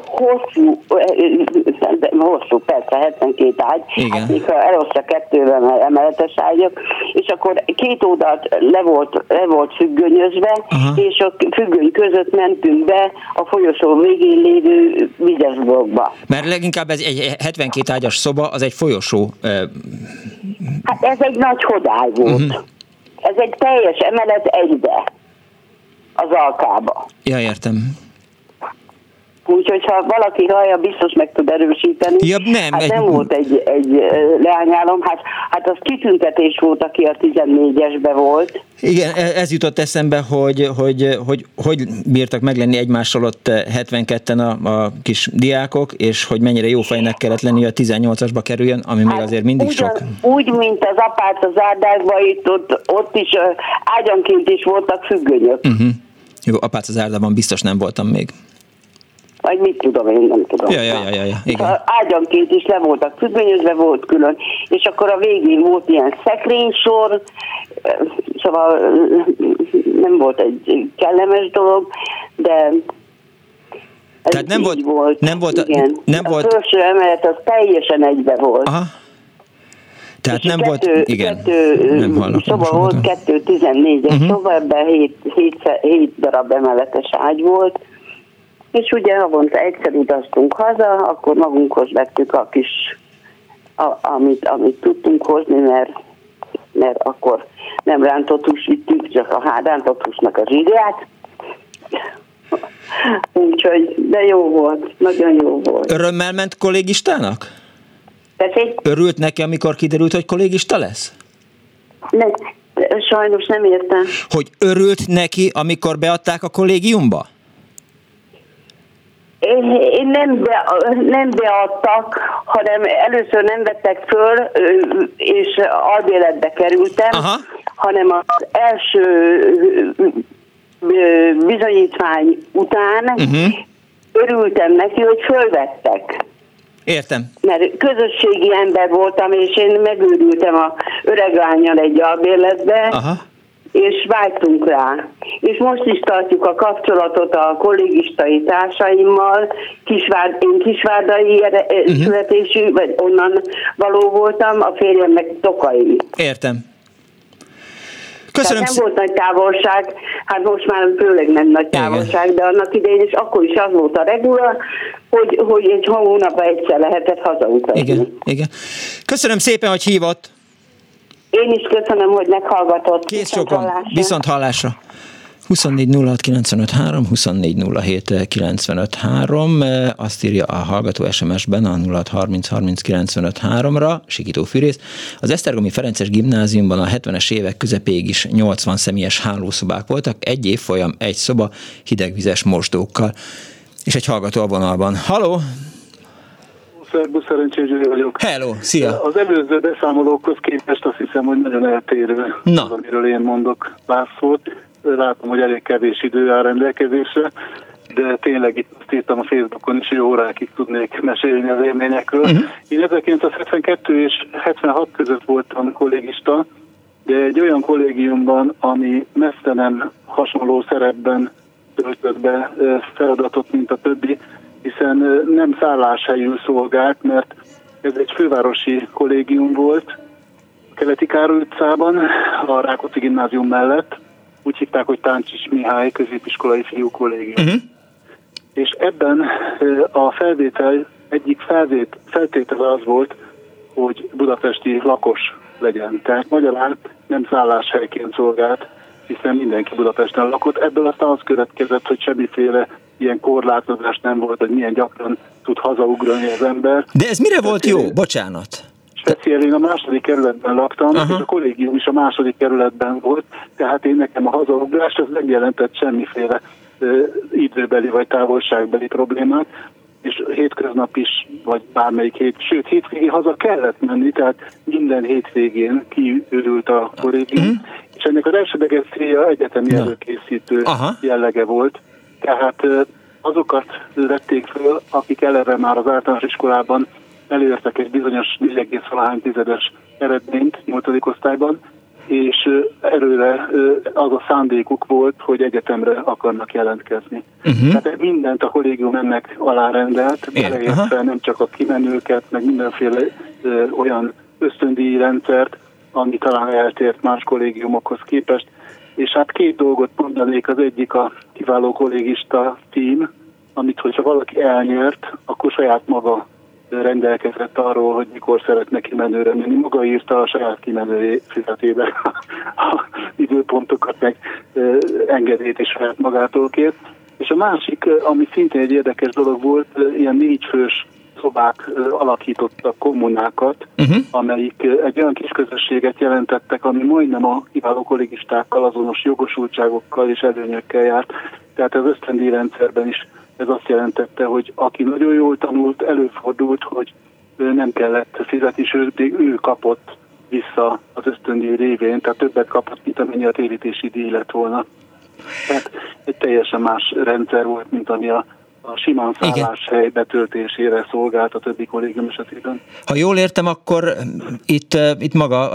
hosszú persze, 72 ágy, hát még ha elosztja 2 emeletes ágyak, és akkor 2 oldalt le volt függönyözve, és a függöny között mentünk be a folyosó végén lévő vizes blokkba. Mert leginkább ez egy 72 ágyas szoba, az egy folyosó... Hát ez egy nagy hodály volt. Ez egy teljes emelet egybe az Alkába. Ja, értem. Úgyhogy ha valaki hallja, biztos meg tud erősíteni. Ja, nem volt egy leányálom, hát az kitüntetés volt, aki a 14-esbe volt. Igen, ez jutott eszembe, hogy bírtak meglenni egymással ott 72-en a kis diákok, és hogy mennyire jó fejnek kellett lenni, a 18-asba kerüljön, ami még azért mindig sok. Úgy, mint az apát az árdásban, ott is ágyanként is voltak függönyök. Jó, apát az árdában biztos nem voltam még. Vagy mit tudom, én nem tudom. Ja, igen. Ágyanként is le voltak függönyözve, volt külön. És akkor a végén volt ilyen szekrénysor, szóval nem volt egy kellemes dolog, de tehát nem volt. Igen. A felső emelet az teljesen egybe volt. Aha. Tehát és nem volt, igen. Nem szoba volt, 2-14-es szoba, ebben 7 darab emeletes ágy volt, és ugye havonta egyszer utaztunk haza, akkor magunkhoz vettük a kis, amit tudtunk hozni, mert akkor nem rántott hús vittük, csak a rántott húsnak a zsíriát. Úgyhogy, de jó volt, nagyon jó volt. Örömmel ment kollégistának? Tessék? Örült neki, amikor kiderült, hogy kollégista lesz? Sajnos nem értem. Hogy örült neki, amikor beadták a kollégiumba? Én nem beadtak, hanem először nem vettek föl, és albéletbe kerültem, hanem az első bizonyítvány után örültem neki, hogy fölvettek. Értem. Mert közösségi ember voltam, és én megőrültem a öreg lánnyal egy albérletbe, és vágytunk rá. És most is tartjuk a kapcsolatot a kollégistai társaimmal. Én kisvárdai születésű, vagy onnan való voltam, a férjem meg tokai. Értem. Köszönöm. Tehát nem volt nagy távolság, hát most már főleg nem nagy távolság, de annak idején is akkor is az volt a regula, hogy egy hónapban egyszer lehetett hazautazni. Igen. Köszönöm szépen, hogy hívott. Én is köszönöm, hogy meghallgatott. Kész sokan. Viszont hallásra. 24 06 95 3, 24 07 95 3, azt írja a hallgató SMS-ben a 06 30 30 95 3-ra, Sikító Fűrész. Az Esztergomi Ferences Gimnáziumban a 70-es évek közepéig is 80 személyes hálószobák voltak, egy évfolyam, egy szoba, hidegvizes mosdókkal. És egy hallgató a vonalban. Halló! Szerbusz, Szerencsés Gyuri vagyok. Hello, szia! Az előző beszámolókhoz képest azt hiszem, hogy nagyon eltérő az, amiről én mondok pár szót. Látom, hogy elég kevés idő áll rendelkezésre, de tényleg itt azt írtam a Facebookon is, hogy órákig tudnék mesélni az élményekről. Én 1972 és 76 között voltam kollégista, de egy olyan kollégiumban, ami messze nem hasonló szerepben töltött be feladatot, mint a többi, hiszen nem szálláshelyül szolgált, mert ez egy fővárosi kollégium volt, a Keleti Károly utcában, a Rákóczi Gimnázium mellett, úgy hívták, hogy Táncsics Mihály középiskolai fiú kollégium. És ebben a felvétel egyik feltétele az volt, hogy budapesti lakos legyen. Tehát magyarán nem szálláshelyként szolgált, hiszen mindenki Budapesten lakott. Ebből aztán az következett, hogy semmiféle ilyen korlátozás nem volt, hogy milyen gyakran tud hazaugrani az ember. De ez mire volt jó? Bocsánat. Speciál én a második kerületben laktam, és a kollégium is a második kerületben volt, tehát nekem a hazaugrás az nem jelentett semmiféle időbeli vagy távolságbeli problémát, és hétköznap is, vagy bármelyik sőt hétvégén haza kellett menni, tehát minden hétvégén kiürült a kollégium, és ennek az elsődleges célja egyetemi előkészítő jellege volt, tehát azokat vették föl, akik eleve már az általános iskolában elértek egy bizonyos 4,1 eredményt 8. osztályban, és erőre az a szándékuk volt, hogy egyetemre akarnak jelentkezni. Tehát mindent a kollégium ennek alárendelt, beleértve nem csak a kimenőket, meg mindenféle olyan ösztöndíj rendszert, ami talán eltért más kollégiumokhoz képest. És hát két dolgot mondanék, az egyik a kiváló kollégista tím, amit hogyha valaki elnyert, akkor saját maga rendelkezett arról, hogy mikor szeretne kimenőre menni. Maga írta a saját kimenő füzetébe a időpontokat, meg engedélyt is saját magától kért. És a másik, ami szintén egy érdekes dolog volt, ilyen 4 fős szobák alakítottak kommunákat, amelyik egy olyan kis közösséget jelentettek, ami majdnem a kiváló kollégistákkal azonos jogosultságokkal és előnyökkel járt. Tehát az ösztöndíjrendszerben is ez azt jelentette, hogy aki nagyon jól tanult, előfordult, hogy nem kellett fizetni, sőt, ő kapott vissza az ösztöndíj révén, tehát többet kapott, mint amennyi a térítési díj lett volna. Tehát egy teljesen más rendszer volt, mint ami a simán szálláshely betöltésére szolgált a többi kollégium esetében. Ha jól értem, akkor itt maga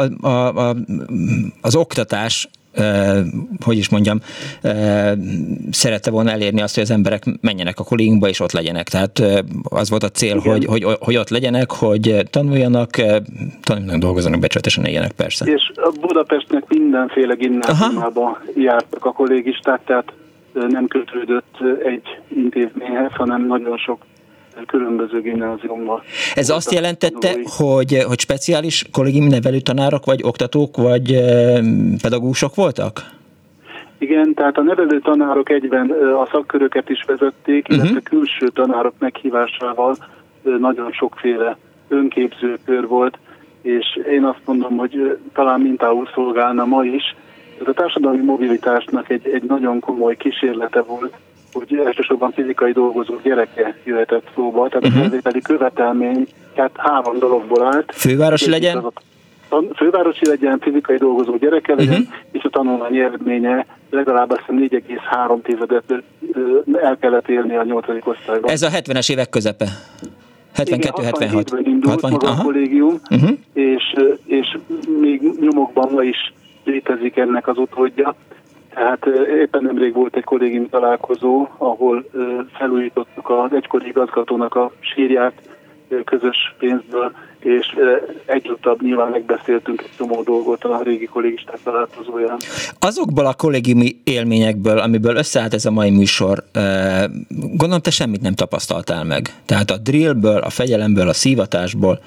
az oktatás, hogy is mondjam, szerette volna elérni azt, hogy az emberek menjenek a kollégiumba és ott legyenek. Tehát az volt a cél, hogy ott legyenek, hogy tanuljanak, dolgozzanak, becsületesen éljenek, persze. És a Budapestnek mindenféle gimnáziumába jártak a kollégisták, tehát nem kötődött egy intézményhez, hanem nagyon sok különböző gimnáziummal. Ez azt jelentette, hogy speciális kollégium nevelő tanárok, vagy oktatók, vagy pedagógusok voltak? Igen, tehát a nevelő tanárok egyben a szakköröket is vezették, illetve külső tanárok meghívásával nagyon sokféle önképzőkör volt, és én azt mondom, hogy talán mintául szolgálna ma is. Ez a társadalmi mobilitásnak egy nagyon komoly kísérlete volt, hogy elsősorban fizikai dolgozó gyereke jöhetett szóba, tehát a felvételi követelmény hát 3 dologból állt. Fővárosi legyen? Fővárosi legyen, fizikai dolgozó gyereke legyen, és a tanulmányi eredménye legalább azt 4,3 el kellett érni a 8. osztályban. Ez a 70-es évek közepe. 72-76. Indult maga a kollégium, és még nyomokban ma is létezik ennek az utódja. Tehát éppen nemrég volt egy kollégiumi találkozó, ahol felújítottuk az egykori igazgatónak a sírját közös pénzből, és egyúttal nyilván megbeszéltünk egy csomó dolgot a régi kollégisták találkozóján. Azokból a kollégiumi élményekből, amiből összeállt ez a mai műsor, gondolom te semmit nem tapasztaltál meg. Tehát a drillből, a fegyelemből, a szívatásból.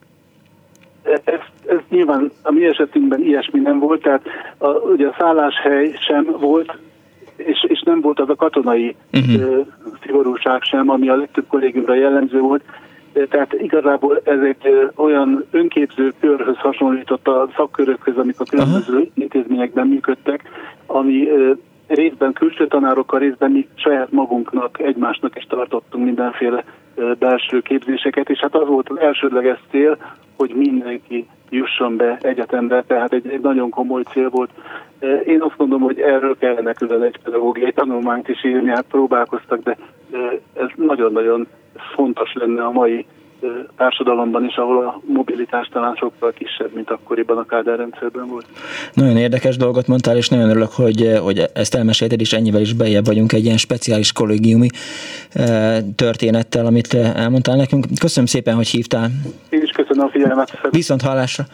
Ez nyilván a mi esetünkben ilyesmi nem volt, tehát ugye a szálláshely sem volt, és nem volt az a katonai szigorúság sem, ami a legtöbb kollégiumra jellemző volt. Tehát igazából ez egy olyan önképző körhöz hasonlított a szakkörökhöz, amik a különböző intézményekben működtek, ami részben külső tanárokkal, részben mi saját magunknak, egymásnak is tartottunk mindenféle belső képzéseket, és hát az volt az elsődleges cél, hogy mindenki jusson be egyetemre, tehát egy nagyon komoly cél volt. Én azt mondom, hogy erről kellene külön egy pedagógiai tanulmányt is írni, hát próbálkoztak, de ez nagyon-nagyon fontos lenne a mai társadalomban is, ahol a mobilitás talán sokkal kisebb, mint akkoriban a Kádár rendszerben volt. Nagyon érdekes dolgot mondtál, és nagyon örülök, hogy ezt elmesélted, és ennyivel is beljebb vagyunk egy ilyen speciális kollégiumi történettel, amit elmondtál nekünk. Köszönöm szépen, hogy hívtál. Én is köszönöm a figyelmet. Viszont hallásra.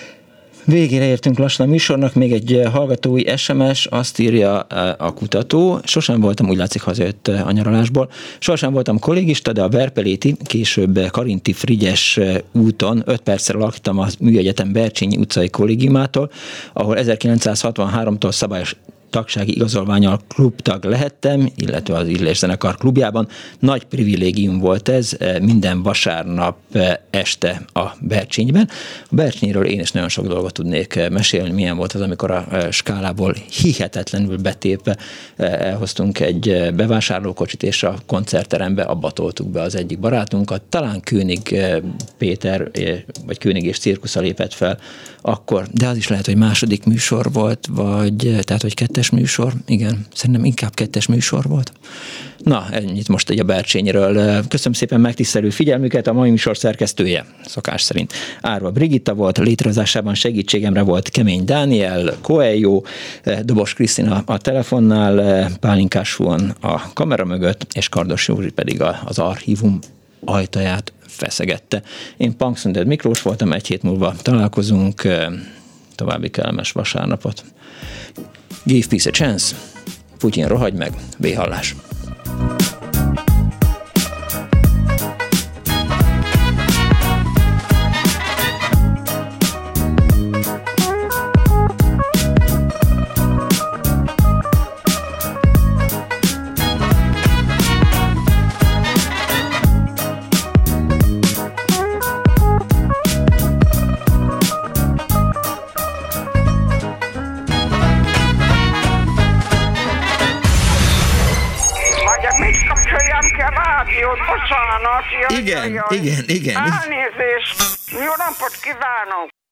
Végére értünk lassan a műsornak, még egy hallgatói SMS, azt írja a kutató, sosem voltam, úgy látszik hazajött a nyaralásból, sosem voltam kollégista, de a Verpeléti, később Karinti Frigyes úton 5 perccel laktam a Műegyetem Bercsényi utcai kollégiumától, ahol 1963-tól szabályos tagsági igazolvánnyal klubtag lehettem, illetve az Illés zenekar klubjában. Nagy privilégium volt ez, minden vasárnap este a Bercsényben. A Bercsényről én is nagyon sok dolgot tudnék mesélni, milyen volt az, amikor a skálából hihetetlenül betépve elhoztunk egy bevásárlókocsit, és a koncertterembe abba toltuk be az egyik barátunkat. Talán König Péter, vagy König és Cirkusza lépett fel akkor, de az is lehet, hogy második műsor volt, vagy tehát, hogy 2. műsor. Igen, szerintem inkább 2. műsor volt. Na, ennyit most egy a Bercsényről. Köszönöm szépen megtisztelő figyelmüket. A mai műsor szerkesztője szokás szerint Árva Brigitta volt, létrehozásában segítségemre volt Kemény Dániel, Coelho, Dobos Krisztina a telefonnál, Pálinkás Huon a kamera mögött, és Kardos Józsi pedig az archívum ajtaját feszegette. Én Punksunded Miklós voltam, 1 hét múlva találkozunk, további kellemes vasárnapot. Give peace a chance, Putyin rohagy meg, V-hallás. Bocsánat, igen. Elnézést! Jó napot kívánok!